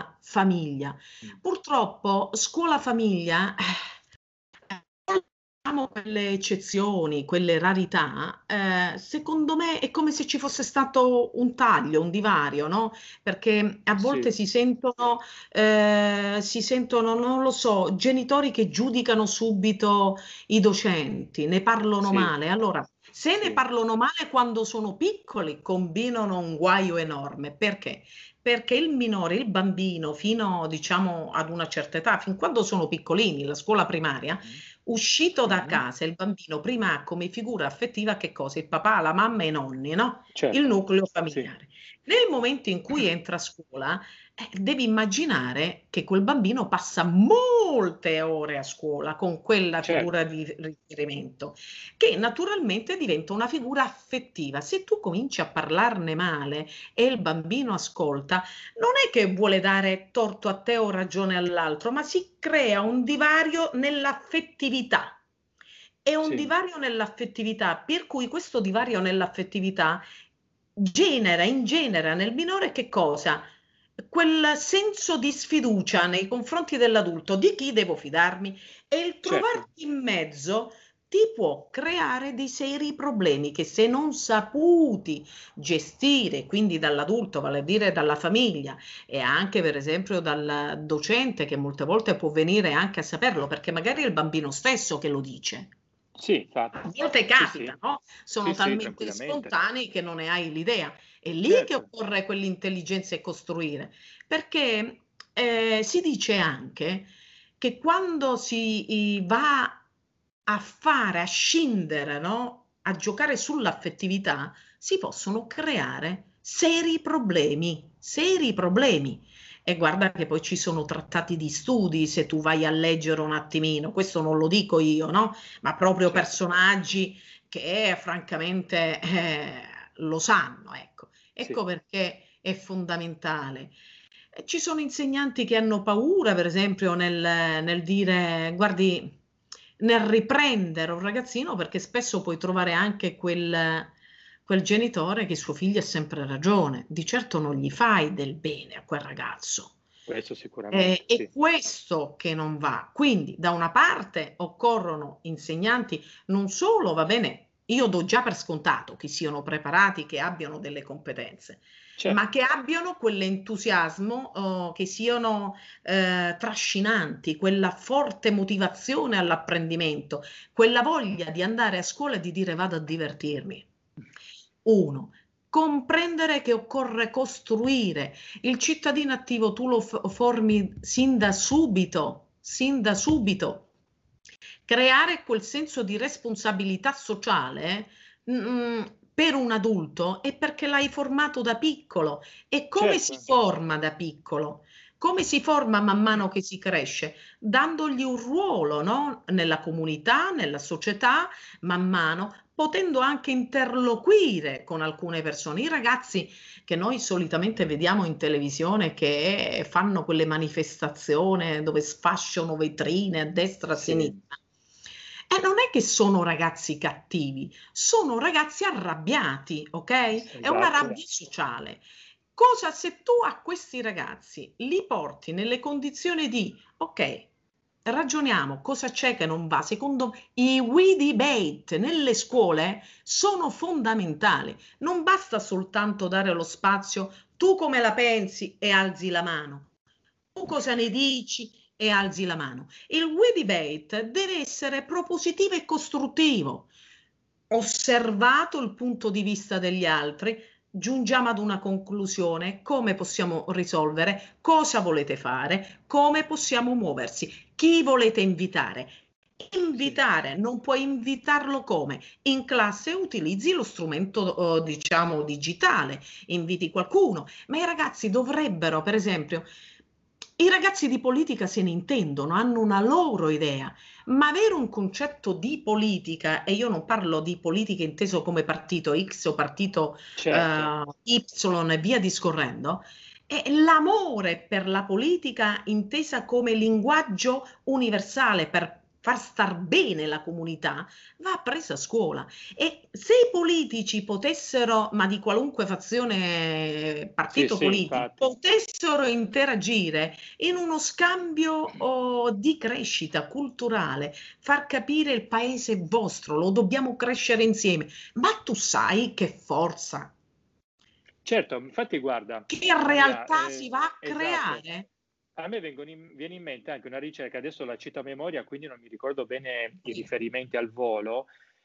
scuola-famiglia. mm. Purtroppo scuola-famiglia eh, diciamo quelle eccezioni, quelle rarità, eh, secondo me è come se ci fosse stato un taglio, un divario, no? Perché a volte Sì, si sentono, eh, si sentono, non lo so, genitori che giudicano subito i docenti, ne parlano sì, male. Allora, se ne sì, parlano male quando sono piccoli, combinano un guaio enorme. Perché? Perché il minore, il bambino, fino diciamo ad una certa età, fin quando sono piccolini, la scuola primaria, mhm, uscito da mhm, casa, il bambino prima ha come figura affettiva che cosa? Il papà, la mamma e i nonni, no? Il certo, nucleo sì, familiare. Nel momento in cui entra a scuola, eh, devi immaginare che quel bambino passa molte ore a scuola con quella figura certo, di riferimento, che naturalmente diventa una figura affettiva. Se tu cominci a parlarne male e il bambino ascolta, non è che vuole dare torto a te o ragione all'altro, ma si crea un divario nell'affettività. È un sì, divario nell'affettività, per cui questo divario nell'affettività genera, ingenera nel minore che cosa? Quel senso di sfiducia nei confronti dell'adulto, di chi devo fidarmi? E il certo, trovarti in mezzo ti può creare dei seri problemi che se non saputi gestire, quindi dall'adulto, vale a dire dalla famiglia e anche per esempio dal docente che molte volte può venire anche a saperlo perché magari è il bambino stesso che lo dice. sì, infatti, A volte sì, capita, sì, no? sì, Sono sì, talmente tranquillamente, spontanei che non ne hai l'idea. È lì che certo, occorre quell'intelligenza e costruire, perché eh, si dice anche che quando si i- va a fare, a scindere, no? A giocare sull'affettività, si possono creare seri problemi, seri problemi. E guarda che poi ci sono trattati di studi, se tu vai a leggere un attimino, questo non lo dico io, no? Ma proprio certo, personaggi che francamente eh, lo sanno, ecco. sì, Ecco perché è fondamentale. E ci sono insegnanti che hanno paura, per esempio, nel, nel dire, guardi, nel riprendere un ragazzino, perché spesso puoi trovare anche quel, quel genitore che suo figlio ha sempre ragione. Di certo non gli fai del bene a quel ragazzo. questo Eh, sicuramente, è sì, questo che non va. Quindi, da una parte occorrono insegnanti, non solo, va bene, io do già per scontato che siano preparati, che abbiano delle competenze, ma certo, che abbiano quell'entusiasmo, oh, che siano eh, trascinanti, quella forte motivazione all'apprendimento, quella voglia di andare a scuola e di dire vado a divertirmi. Uno, comprendere che occorre costruire il cittadino attivo, tu lo f- formi sin da subito, sin da subito. Creare quel senso di responsabilità sociale mm, per un adulto è perché l'hai formato da piccolo. E come si certo, forma da piccolo? Come si forma man mano che si cresce? Dandogli un ruolo, no? Nella comunità, nella società, man mano, potendo anche interloquire con alcune persone. I ragazzi che noi solitamente vediamo in televisione che fanno quelle manifestazioni dove sfasciano vetrine a destra e a sì, sinistra. E non è che sono ragazzi cattivi, sono ragazzi arrabbiati, ok? È una esatto, rabbia sociale. Cosa se tu a questi ragazzi li porti nelle condizioni di, ok, ragioniamo, cosa c'è che non va? Secondo me i we debate nelle scuole sono fondamentali. Non basta soltanto dare lo spazio, tu come la pensi e alzi la mano. Tu cosa ne dici e alzi la mano. Il we debate deve essere propositivo e costruttivo. Osservato il punto di vista degli altri, giungiamo ad una conclusione, come possiamo risolvere, cosa volete fare, come possiamo muoversi, chi volete invitare. sì, Invitare, non puoi invitarlo come? In classe utilizzi lo strumento, eh, diciamo, digitale, inviti qualcuno, ma i ragazzi dovrebbero, per esempio, i ragazzi di politica se ne intendono, hanno una loro idea, ma avere un concetto di politica, e io non parlo di politica inteso come partito X o partito certo, eh, Y e via discorrendo, è l'amore per la politica intesa come linguaggio universale per far star bene la comunità, va presa a scuola. E se i politici potessero, ma di qualunque fazione, Sì, partito sì, politico, infatti. potessero interagire in uno scambio oh, di crescita culturale, far capire il paese è vostro, lo dobbiamo crescere insieme. Ma tu sai che forza, Certo, infatti guarda, che Maria, realtà si eh, va a esatto. creare? A me vengono in- viene in mente anche una ricerca, adesso la cito a memoria, quindi non mi ricordo bene i Sì. riferimenti al volo,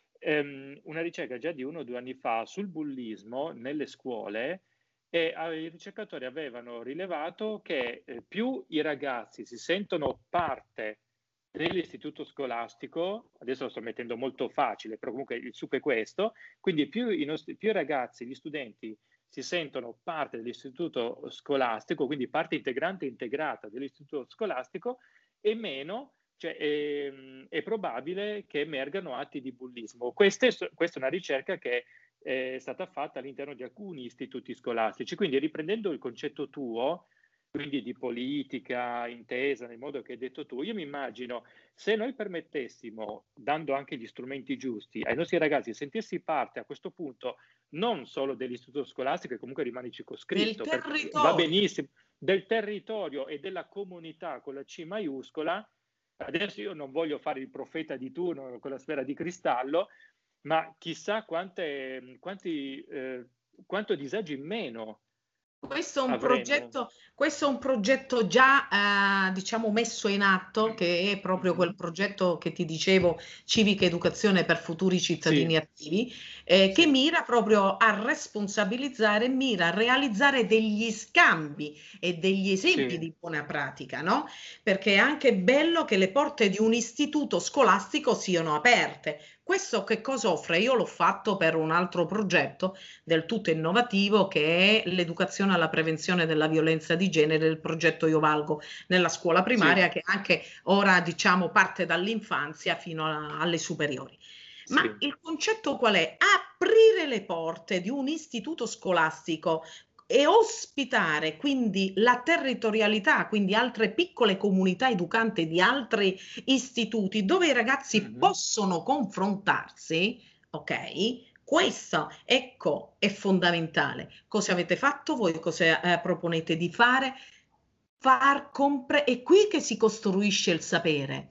ehm, una ricerca già di uno o due anni fa sul bullismo nelle scuole e ah, i ricercatori avevano rilevato che eh, più i ragazzi si sentono parte dell'istituto scolastico, adesso lo sto mettendo molto facile, però comunque il succo è questo, quindi più i, nostri, più i ragazzi, gli studenti si sentono parte dell'istituto scolastico, quindi parte integrante e integrata dell'istituto scolastico, e meno, cioè, è, è probabile che emergano atti di bullismo. Questa è, questa è una ricerca che è stata fatta all'interno di alcuni istituti scolastici, quindi riprendendo il concetto tuo, quindi di politica intesa nel modo che hai detto tu, io mi immagino se noi permettessimo, dando anche gli strumenti giusti ai nostri ragazzi, di sentirsi parte a questo punto non solo dell'istituto scolastico, che comunque rimane Del circoscritto, perché va territorio. benissimo, del territorio e della comunità con la C maiuscola. Adesso io non voglio fare il profeta di turno con la sfera di cristallo, ma chissà quante, quanti, eh, quanto disagi in meno Questo è un avremmo. progetto, questo è un progetto già, eh, diciamo, messo in atto, che è proprio quel Mhm. progetto che ti dicevo, Civica Educazione per futuri cittadini Sì, attivi, eh, che sì, mira proprio a responsabilizzare, mira a realizzare degli scambi e degli esempi sì, di buona pratica, no? Perché è anche bello che le porte di un istituto scolastico siano aperte. Questo che cosa offre? Io l'ho fatto per un altro progetto del tutto innovativo che è l'educazione alla prevenzione della violenza di genere del progetto Io Valgo nella scuola sì, primaria che anche ora diciamo parte dall'infanzia fino a, alle superiori. Ma sì. il concetto qual è? Aprire le porte di un istituto scolastico e ospitare quindi la territorialità, quindi altre piccole comunità educante di altri istituti dove i ragazzi Mhm. possono confrontarsi, ok? Questo, ecco, è fondamentale. Cosa avete fatto voi? Cosa eh, proponete di fare? Far compre- è qui che si costruisce il sapere.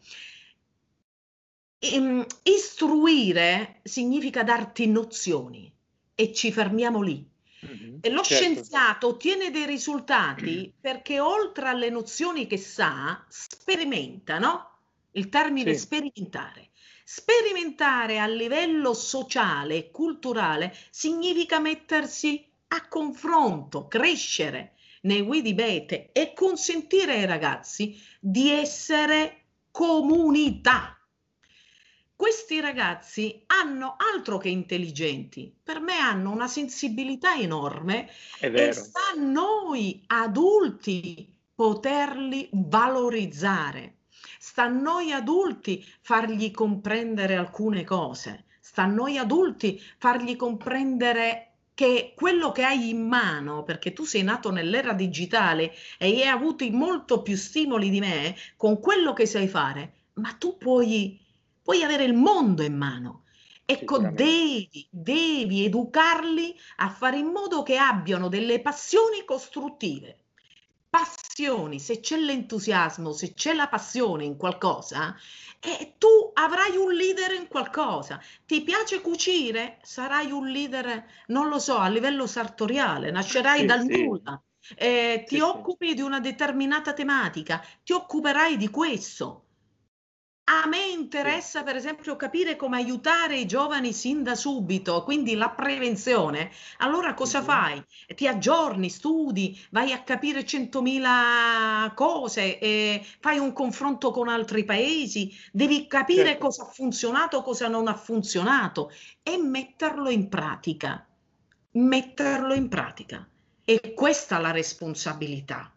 Ehm, istruire significa darti nozioni e ci fermiamo lì. Mhm. E lo Certo. scienziato ottiene dei risultati perché oltre alle nozioni che sa, sperimenta, no? Il termine Sì, sperimentare. Sperimentare a livello sociale e culturale significa mettersi a confronto, crescere nei Widibete e consentire ai ragazzi di essere comunità. Questi ragazzi hanno altro che intelligenti, per me hanno una sensibilità enorme è e vero. sta a noi adulti poterli valorizzare. Sta a noi adulti fargli comprendere alcune cose. Sta a noi adulti fargli comprendere che quello che hai in mano, perché tu sei nato nell'era digitale e hai avuto molto più stimoli di me con quello che sai fare, ma tu puoi, puoi avere il mondo in mano. Ecco, Sicuramente. devi, devi educarli a fare in modo che abbiano delle passioni costruttive. Passioni, se c'è l'entusiasmo, se c'è la passione in qualcosa, eh, tu avrai un leader in qualcosa. Ti piace cucire? Sarai un leader, non lo so, a livello sartoriale, nascerai Sì, dal sì, nulla. Eh, ti sì, sì. occupi di una determinata tematica, ti occuperai di questo. A me Sì. interessa per esempio capire come aiutare i giovani sin da subito, quindi la prevenzione. Allora cosa Mhm. fai? Ti aggiorni, studi, vai a capire centomila cose, eh, fai un confronto con altri paesi, devi capire Certo. cosa ha funzionato, cosa non ha funzionato e metterlo in pratica. Metterlo in pratica. E questa è la responsabilità.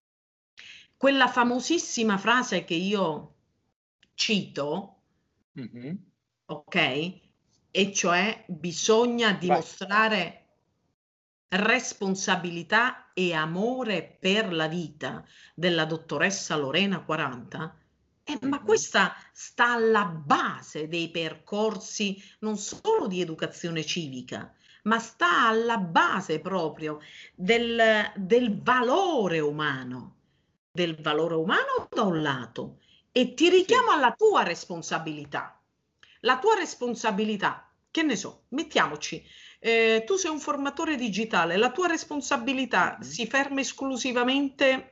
Quella famosissima frase che io cito, Mhm. ok? E cioè bisogna Vai. dimostrare responsabilità e amore per la vita della dottoressa Lorena quaranta, Eh, ma questa sta alla base dei percorsi non solo di educazione civica, ma sta alla base proprio del, del valore umano, del valore umano da un lato, e ti Sì. richiamo alla tua responsabilità. La tua responsabilità, che ne so, mettiamoci, eh, tu sei un formatore digitale, la tua responsabilità Mhm. si ferma esclusivamente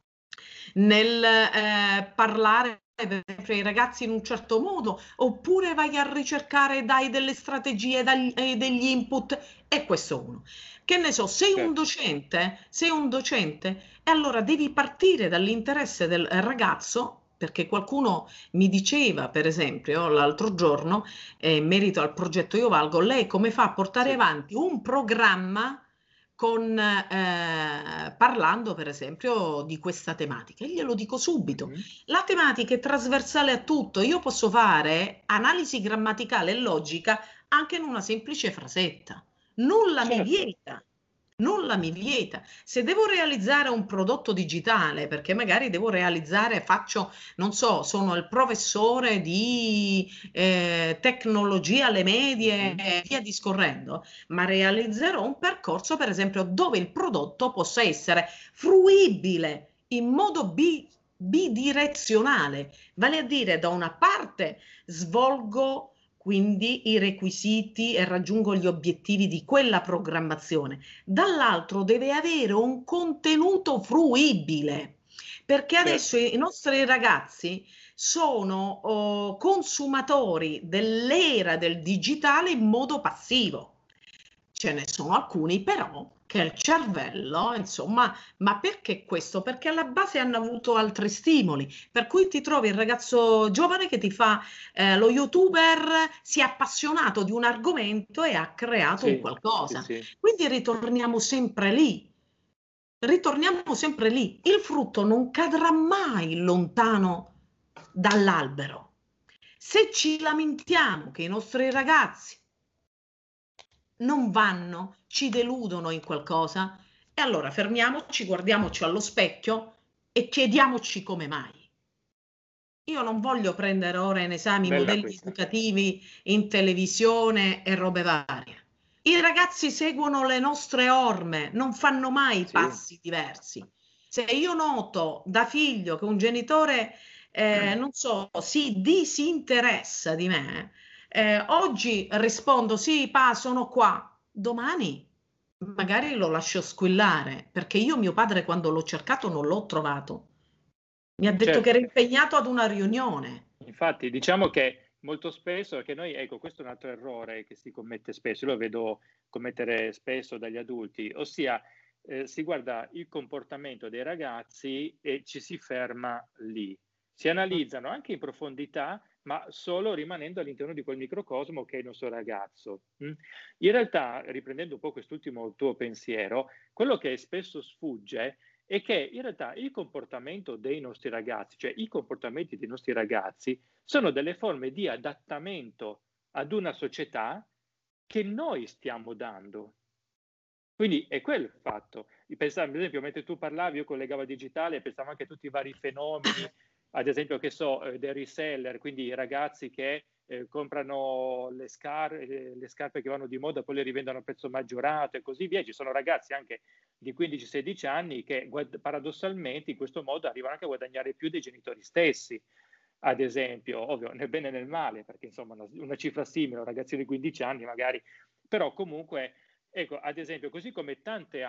nel eh, parlare per esempio ai ragazzi in un certo modo, oppure vai a ricercare, dai delle strategie, dai, eh, degli input, e questo uno. Che ne so, sei un Certo. docente, sei un docente, e allora devi partire dall'interesse del ragazzo, perché qualcuno mi diceva, per esempio, l'altro giorno, eh, in merito al progetto Io Valgo, lei come fa a portare Sì. avanti un programma con, eh, parlando per esempio di questa tematica? E glielo dico subito. Mhm. La tematica è trasversale a tutto. Io posso fare analisi grammaticale e logica anche in una semplice frasetta. Nulla mi Certo. vieta. Nulla mi vieta. Se devo realizzare un prodotto digitale, perché magari devo realizzare, faccio, non so, sono il professore di eh, tecnologia alle medie Mhm. e via discorrendo, ma realizzerò un percorso, per esempio, dove il prodotto possa essere fruibile in modo bi- bidirezionale, vale a dire, da una parte svolgo quindi i requisiti e raggiungo gli obiettivi di quella programmazione, dall'altro deve avere un contenuto fruibile, perché adesso Certo. i nostri ragazzi sono oh, consumatori dell'era del digitale in modo passivo. Ce ne sono alcuni però che il cervello, insomma, ma perché questo? Perché alla base hanno avuto altri stimoli, per cui ti trovi il ragazzo giovane che ti fa eh, lo youtuber, si è appassionato di un argomento e ha creato un Sì, sì, qualcosa. sì. Quindi ritorniamo sempre lì, ritorniamo sempre lì. Il frutto non cadrà mai lontano dall'albero. Se ci lamentiamo che i nostri ragazzi non vanno, ci deludono in qualcosa, e allora fermiamoci, guardiamoci allo specchio e chiediamoci come mai. Io non voglio prendere ora in esame i Bella modelli questa. educativi in televisione e robe varie. I ragazzi seguono le nostre orme, non fanno mai Sì. passi diversi. Se io noto da figlio che un genitore, eh, non so, si disinteressa di me, eh, oggi rispondo sì, pa, sono qua. Domani magari lo lascio squillare, perché io mio padre quando l'ho cercato non l'ho trovato. Mi ha detto che Certo. era impegnato ad una riunione. Infatti, diciamo che molto spesso, che noi, ecco, questo è un altro errore che si commette spesso, io lo vedo commettere spesso dagli adulti, ossia eh, si guarda il comportamento dei ragazzi e ci si ferma lì. Si analizzano anche in profondità, ma solo rimanendo all'interno di quel microcosmo che è il nostro ragazzo. Mm? In realtà, riprendendo un po' quest'ultimo tuo pensiero, quello che spesso sfugge è che in realtà il comportamento dei nostri ragazzi, cioè i comportamenti dei nostri ragazzi, sono delle forme di adattamento ad una società che noi stiamo dando. Quindi è quello il fatto. Pensavo, ad esempio, mentre tu parlavi, io collegavo al digitale e pensavo anche a tutti i vari fenomeni, ad esempio, che so, eh, dei reseller, quindi i ragazzi che eh, comprano le, scar- eh, le scarpe che vanno di moda, poi le rivendono a prezzo maggiorato e così via. Ci sono ragazzi anche di quindici sedici anni che paradossalmente in questo modo arrivano anche a guadagnare più dei genitori stessi. Ad esempio, ovvio, nel bene e nel male, perché insomma una, una cifra simile, un ragazzino di quindici anni magari, però comunque ecco, ad esempio, così come tanti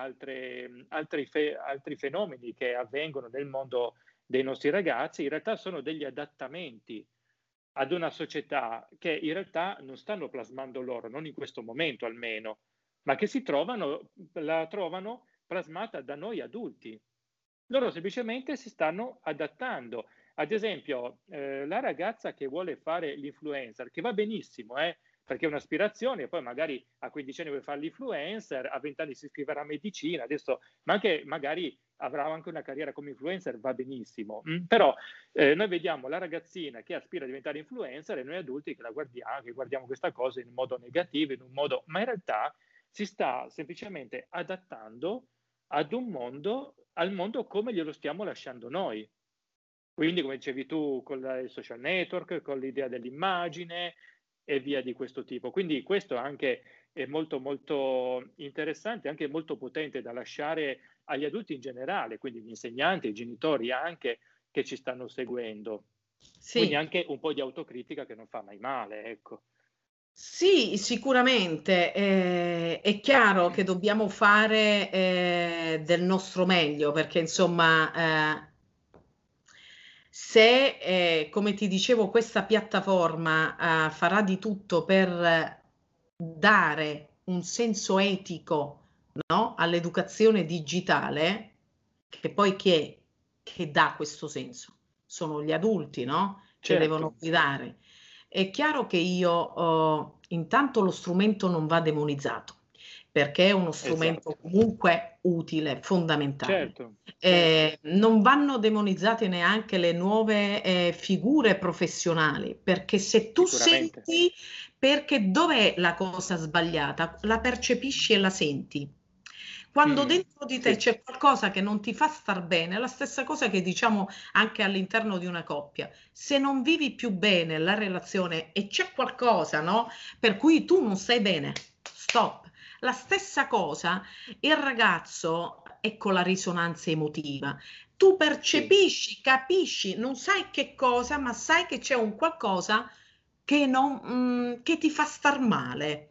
altri, fe, altri fenomeni che avvengono nel mondo dei nostri ragazzi, in realtà sono degli adattamenti ad una società che in realtà non stanno plasmando loro, non in questo momento almeno, ma che si trovano, la trovano plasmata da noi adulti. Loro semplicemente si stanno adattando. Ad esempio, eh, la ragazza che vuole fare l'influencer, che va benissimo, eh, perché è un'aspirazione, poi magari a quindici anni vuole fare l'influencer, a venti anni si iscriverà a medicina, adesso, ma anche magari avrà anche una carriera come influencer, va benissimo. Mm? Però eh, noi vediamo la ragazzina che aspira a diventare influencer e noi adulti che la guardiamo, che guardiamo questa cosa in un modo negativo, in un modo, ma in realtà si sta semplicemente adattando ad un mondo, al mondo come glielo stiamo lasciando noi. Quindi, come dicevi tu, con la, il social network, con l'idea dell'immagine e via di questo tipo. Quindi questo anche è molto molto interessante, anche molto potente da lasciare agli adulti in generale, quindi gli insegnanti, i genitori anche che ci stanno seguendo. Quindi Sì. anche un po' di autocritica che non fa mai male, ecco. Sì, sicuramente. Eh, è chiaro che dobbiamo fare eh, del nostro meglio perché insomma, eh, se, eh, come ti dicevo, questa piattaforma eh, farà di tutto per dare un senso etico, no, all'educazione digitale, che poi chi è che dà questo senso? Sono gli adulti, no? Che devono Certo, guidare. È chiaro che io, oh, intanto lo strumento non va demonizzato, perché è uno strumento esatto. comunque utile, fondamentale. Certo, certo, Eh, non vanno demonizzate neanche le nuove eh, figure professionali, perché se tu sicuramente. senti, perché dov'è la cosa sbagliata? La percepisci e la senti. Quando Mhm, dentro di te sì, c'è qualcosa che non ti fa star bene, è la stessa cosa che diciamo anche all'interno di una coppia. Se non vivi più bene la relazione e c'è qualcosa, no, per cui tu non stai bene, stop. La stessa cosa il ragazzo, ecco la risonanza emotiva. Tu sì, percepisci, capisci, non sai che cosa, ma sai che c'è un qualcosa che, non, mm, che ti fa star male.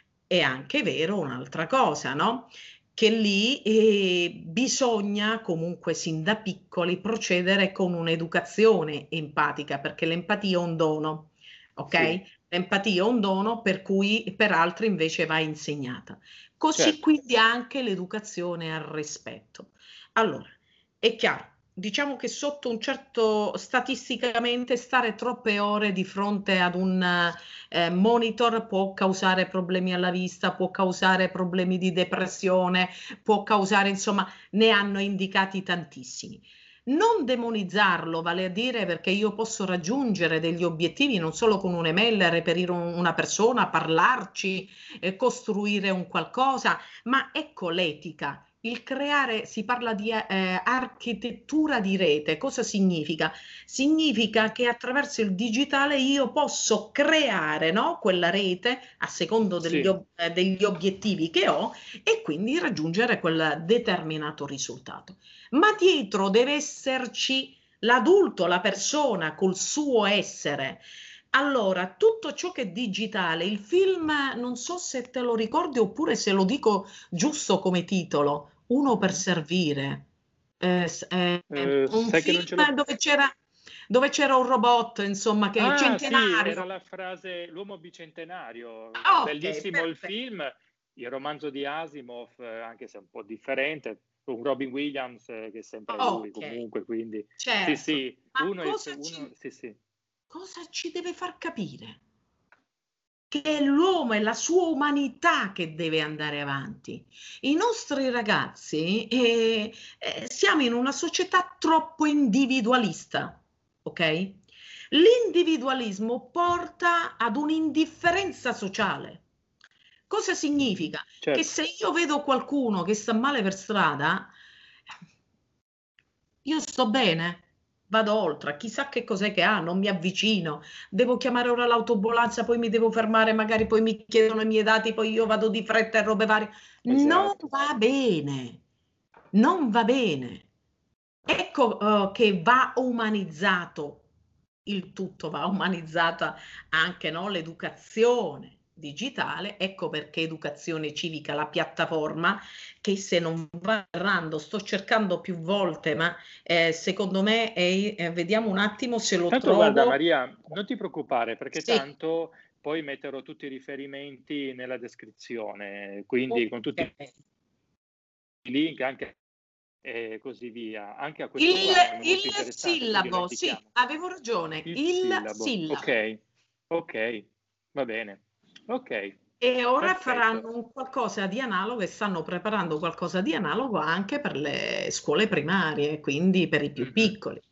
È anche vero un'altra cosa, no? Che lì eh, bisogna comunque sin da piccoli procedere con un'educazione empatica, perché l'empatia è un dono, sì, ok? L'empatia è un dono per cui per altri invece va insegnata. Così certo. quindi anche l'educazione al rispetto. Allora, è chiaro, diciamo che sotto un certo, statisticamente, stare troppe ore di fronte ad un eh, monitor può causare problemi alla vista, può causare problemi di depressione, può causare, insomma, ne hanno indicati tantissimi. Non demonizzarlo, vale a dire perché io posso raggiungere degli obiettivi non solo con un'email, reperire un- una persona, parlarci, eh, costruire un qualcosa, ma ecco l'etica. Il creare, si parla di eh, architettura di rete, cosa significa? Significa che attraverso il digitale io posso creare, no, quella rete a secondo degli, Sì, ob- eh, degli obiettivi che ho e quindi raggiungere quel determinato risultato. Ma dietro deve esserci l'adulto, la persona col suo essere. Allora, tutto ciò che è digitale, il film, non so se te lo ricordi oppure se lo dico giusto come titolo, Uno per mhm. servire. Eh, s- eh, Eh, un sai che non ce l'ho. film dove c'era dove c'era un robot, insomma, che Ah, sì, era centenario. la frase L'uomo bicentenario. Ah, ok, Bellissimo il perfetto. film, il romanzo di Asimov, eh, anche se è un po' differente, con Robin Williams, eh, che è sempre lui Ok, comunque, quindi sì, certo. sì, Ma uno è cosa uno, ci, sì, sì, cosa ci deve far capire? Che è l'uomo, è la sua umanità che deve andare avanti. I nostri ragazzi, eh, eh, siamo in una società troppo individualista, ok? L'individualismo porta ad un'indifferenza sociale. Cosa mhm, significa? Che certo, se io vedo qualcuno che sta male per strada, io sto bene, vado oltre, chissà che cos'è che ha, non mi avvicino, devo chiamare ora l'autobolanza, poi mi devo fermare, magari poi mi chiedono i miei dati, poi io vado di fretta e robe varie. Non esatto. va bene, non va bene. Ecco, eh, che va umanizzato il tutto, va umanizzata anche, no, l'educazione digitale. Ecco perché Educazione Civica, la piattaforma, che se non va errando, sto cercando più volte, ma eh, secondo me è- eh, vediamo un attimo se lo Tanto guarda trovo. Maria, non ti preoccupare perché Sì, tanto poi metterò tutti i riferimenti nella descrizione, quindi con tutti ok. i link anche e così via. Anche a Il, questo qua è molto il interessante, quindi la sillabo, sì, indichiamo. avevo ragione, Il il sillabo, sillabo. ok, ok, va bene, ok, E ora perfetto. faranno un qualcosa di analogo e stanno preparando qualcosa di analogo anche per le scuole primarie, quindi per i più Mhm. piccoli.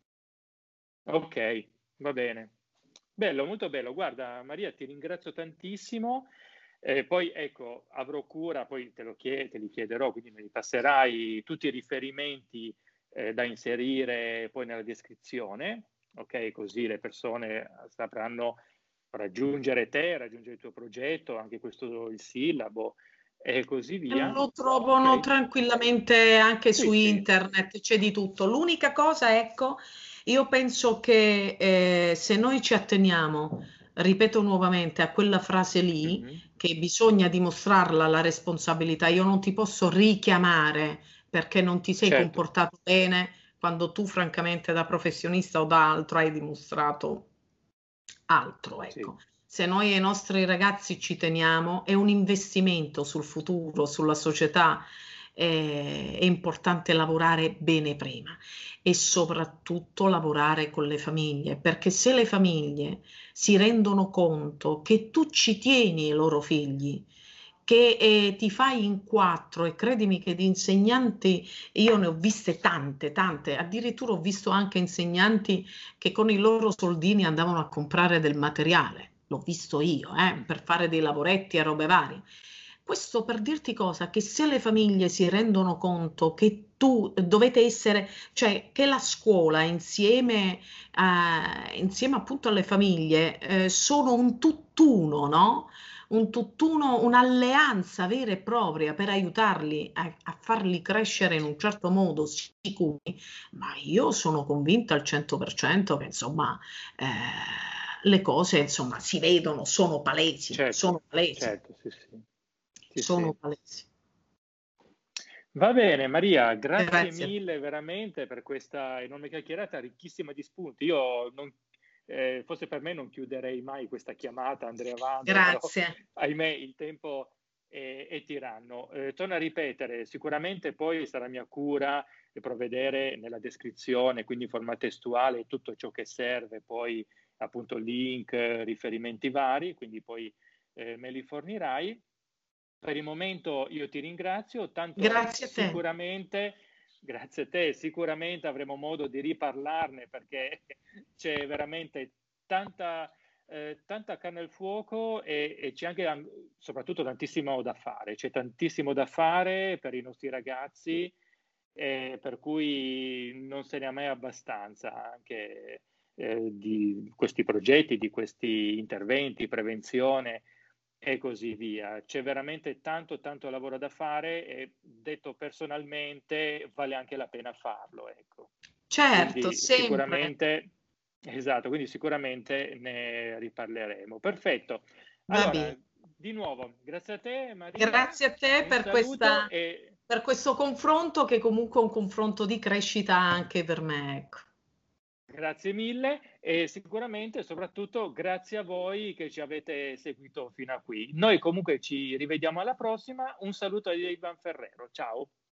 Ok, va bene. Bello, molto bello. Guarda, Maria, ti ringrazio tantissimo. Eh, poi ecco, avrò cura, poi te lo chie- te li chiederò, quindi me li passerai tutti i riferimenti eh, da inserire poi nella descrizione, ok? Così le persone sapranno raggiungere te, raggiungere il tuo progetto, anche questo il sillabo e così via. Lo trovano Ok? tranquillamente anche su Sì, sì. internet, c'è di tutto. L'unica cosa, ecco, io penso che eh, se noi ci atteniamo, ripeto nuovamente, a quella frase lì, Mhm. che bisogna dimostrarla la responsabilità, io non ti posso richiamare perché non ti sei Certo, comportato bene quando tu, francamente, da professionista o da altro hai dimostrato altro, sì. ecco. Se noi ai nostri ragazzi ci teniamo, è un investimento sul futuro, sulla società, eh, è importante lavorare bene prima e soprattutto lavorare con le famiglie, perché se le famiglie si rendono conto che tu ci tieni ai loro figli, che eh, ti fai in quattro e credimi che di insegnanti io ne ho viste tante, tante, addirittura ho visto anche insegnanti che con i loro soldini andavano a comprare del materiale, l'ho visto io, eh, per fare dei lavoretti e robe varie. Questo per dirti cosa, che se le famiglie si rendono conto che tu dovete essere, cioè che la scuola insieme, eh, insieme appunto alle famiglie eh, sono un tutt'uno, no? Un tutt'uno, un'alleanza vera e propria per aiutarli a, a farli crescere in un certo modo sicuri, ma io sono convinta al cento per cento che insomma eh, le cose insomma si vedono, sono palesi, Certo, sono palesi, certo, sì, sì. Sì, sono sì. palesi. Va bene, Maria, grazie Grazie. mille veramente per questa enorme chiacchierata ricchissima di spunti. Io non, eh, forse per me non chiuderei mai questa chiamata, andrei avanti, però Grazie. ahimè il tempo è, è tiranno. Eh, torno a ripetere, sicuramente poi sarà mia cura e provvedere nella descrizione, quindi in formato testuale, tutto ciò che serve, poi appunto link, riferimenti vari, quindi poi eh, me li fornirai. Per il momento io ti ringrazio, tanto Grazie a te. sicuramente, grazie a te, sicuramente avremo modo di riparlarne perché c'è veramente tanta, eh, tanta carne al fuoco e, e c'è anche soprattutto tantissimo da fare, c'è tantissimo da fare per i nostri ragazzi, eh, per cui non se ne ha mai abbastanza anche eh, di questi progetti, di questi interventi, prevenzione e così via. C'è veramente tanto, tanto lavoro da fare e detto personalmente vale anche la pena farlo, ecco. Certo, Quindi sempre. sicuramente, esatto, quindi sicuramente ne riparleremo. Perfetto. Va Allora, bene. di nuovo, grazie a te Maria, Grazie a te un per saluto questa, e per questo confronto che comunque è un confronto di crescita anche per me, ecco. grazie mille e sicuramente soprattutto grazie a voi che ci avete seguito fino a qui. Noi comunque ci rivediamo alla prossima. Un saluto da Ivan Ferrero. Ciao.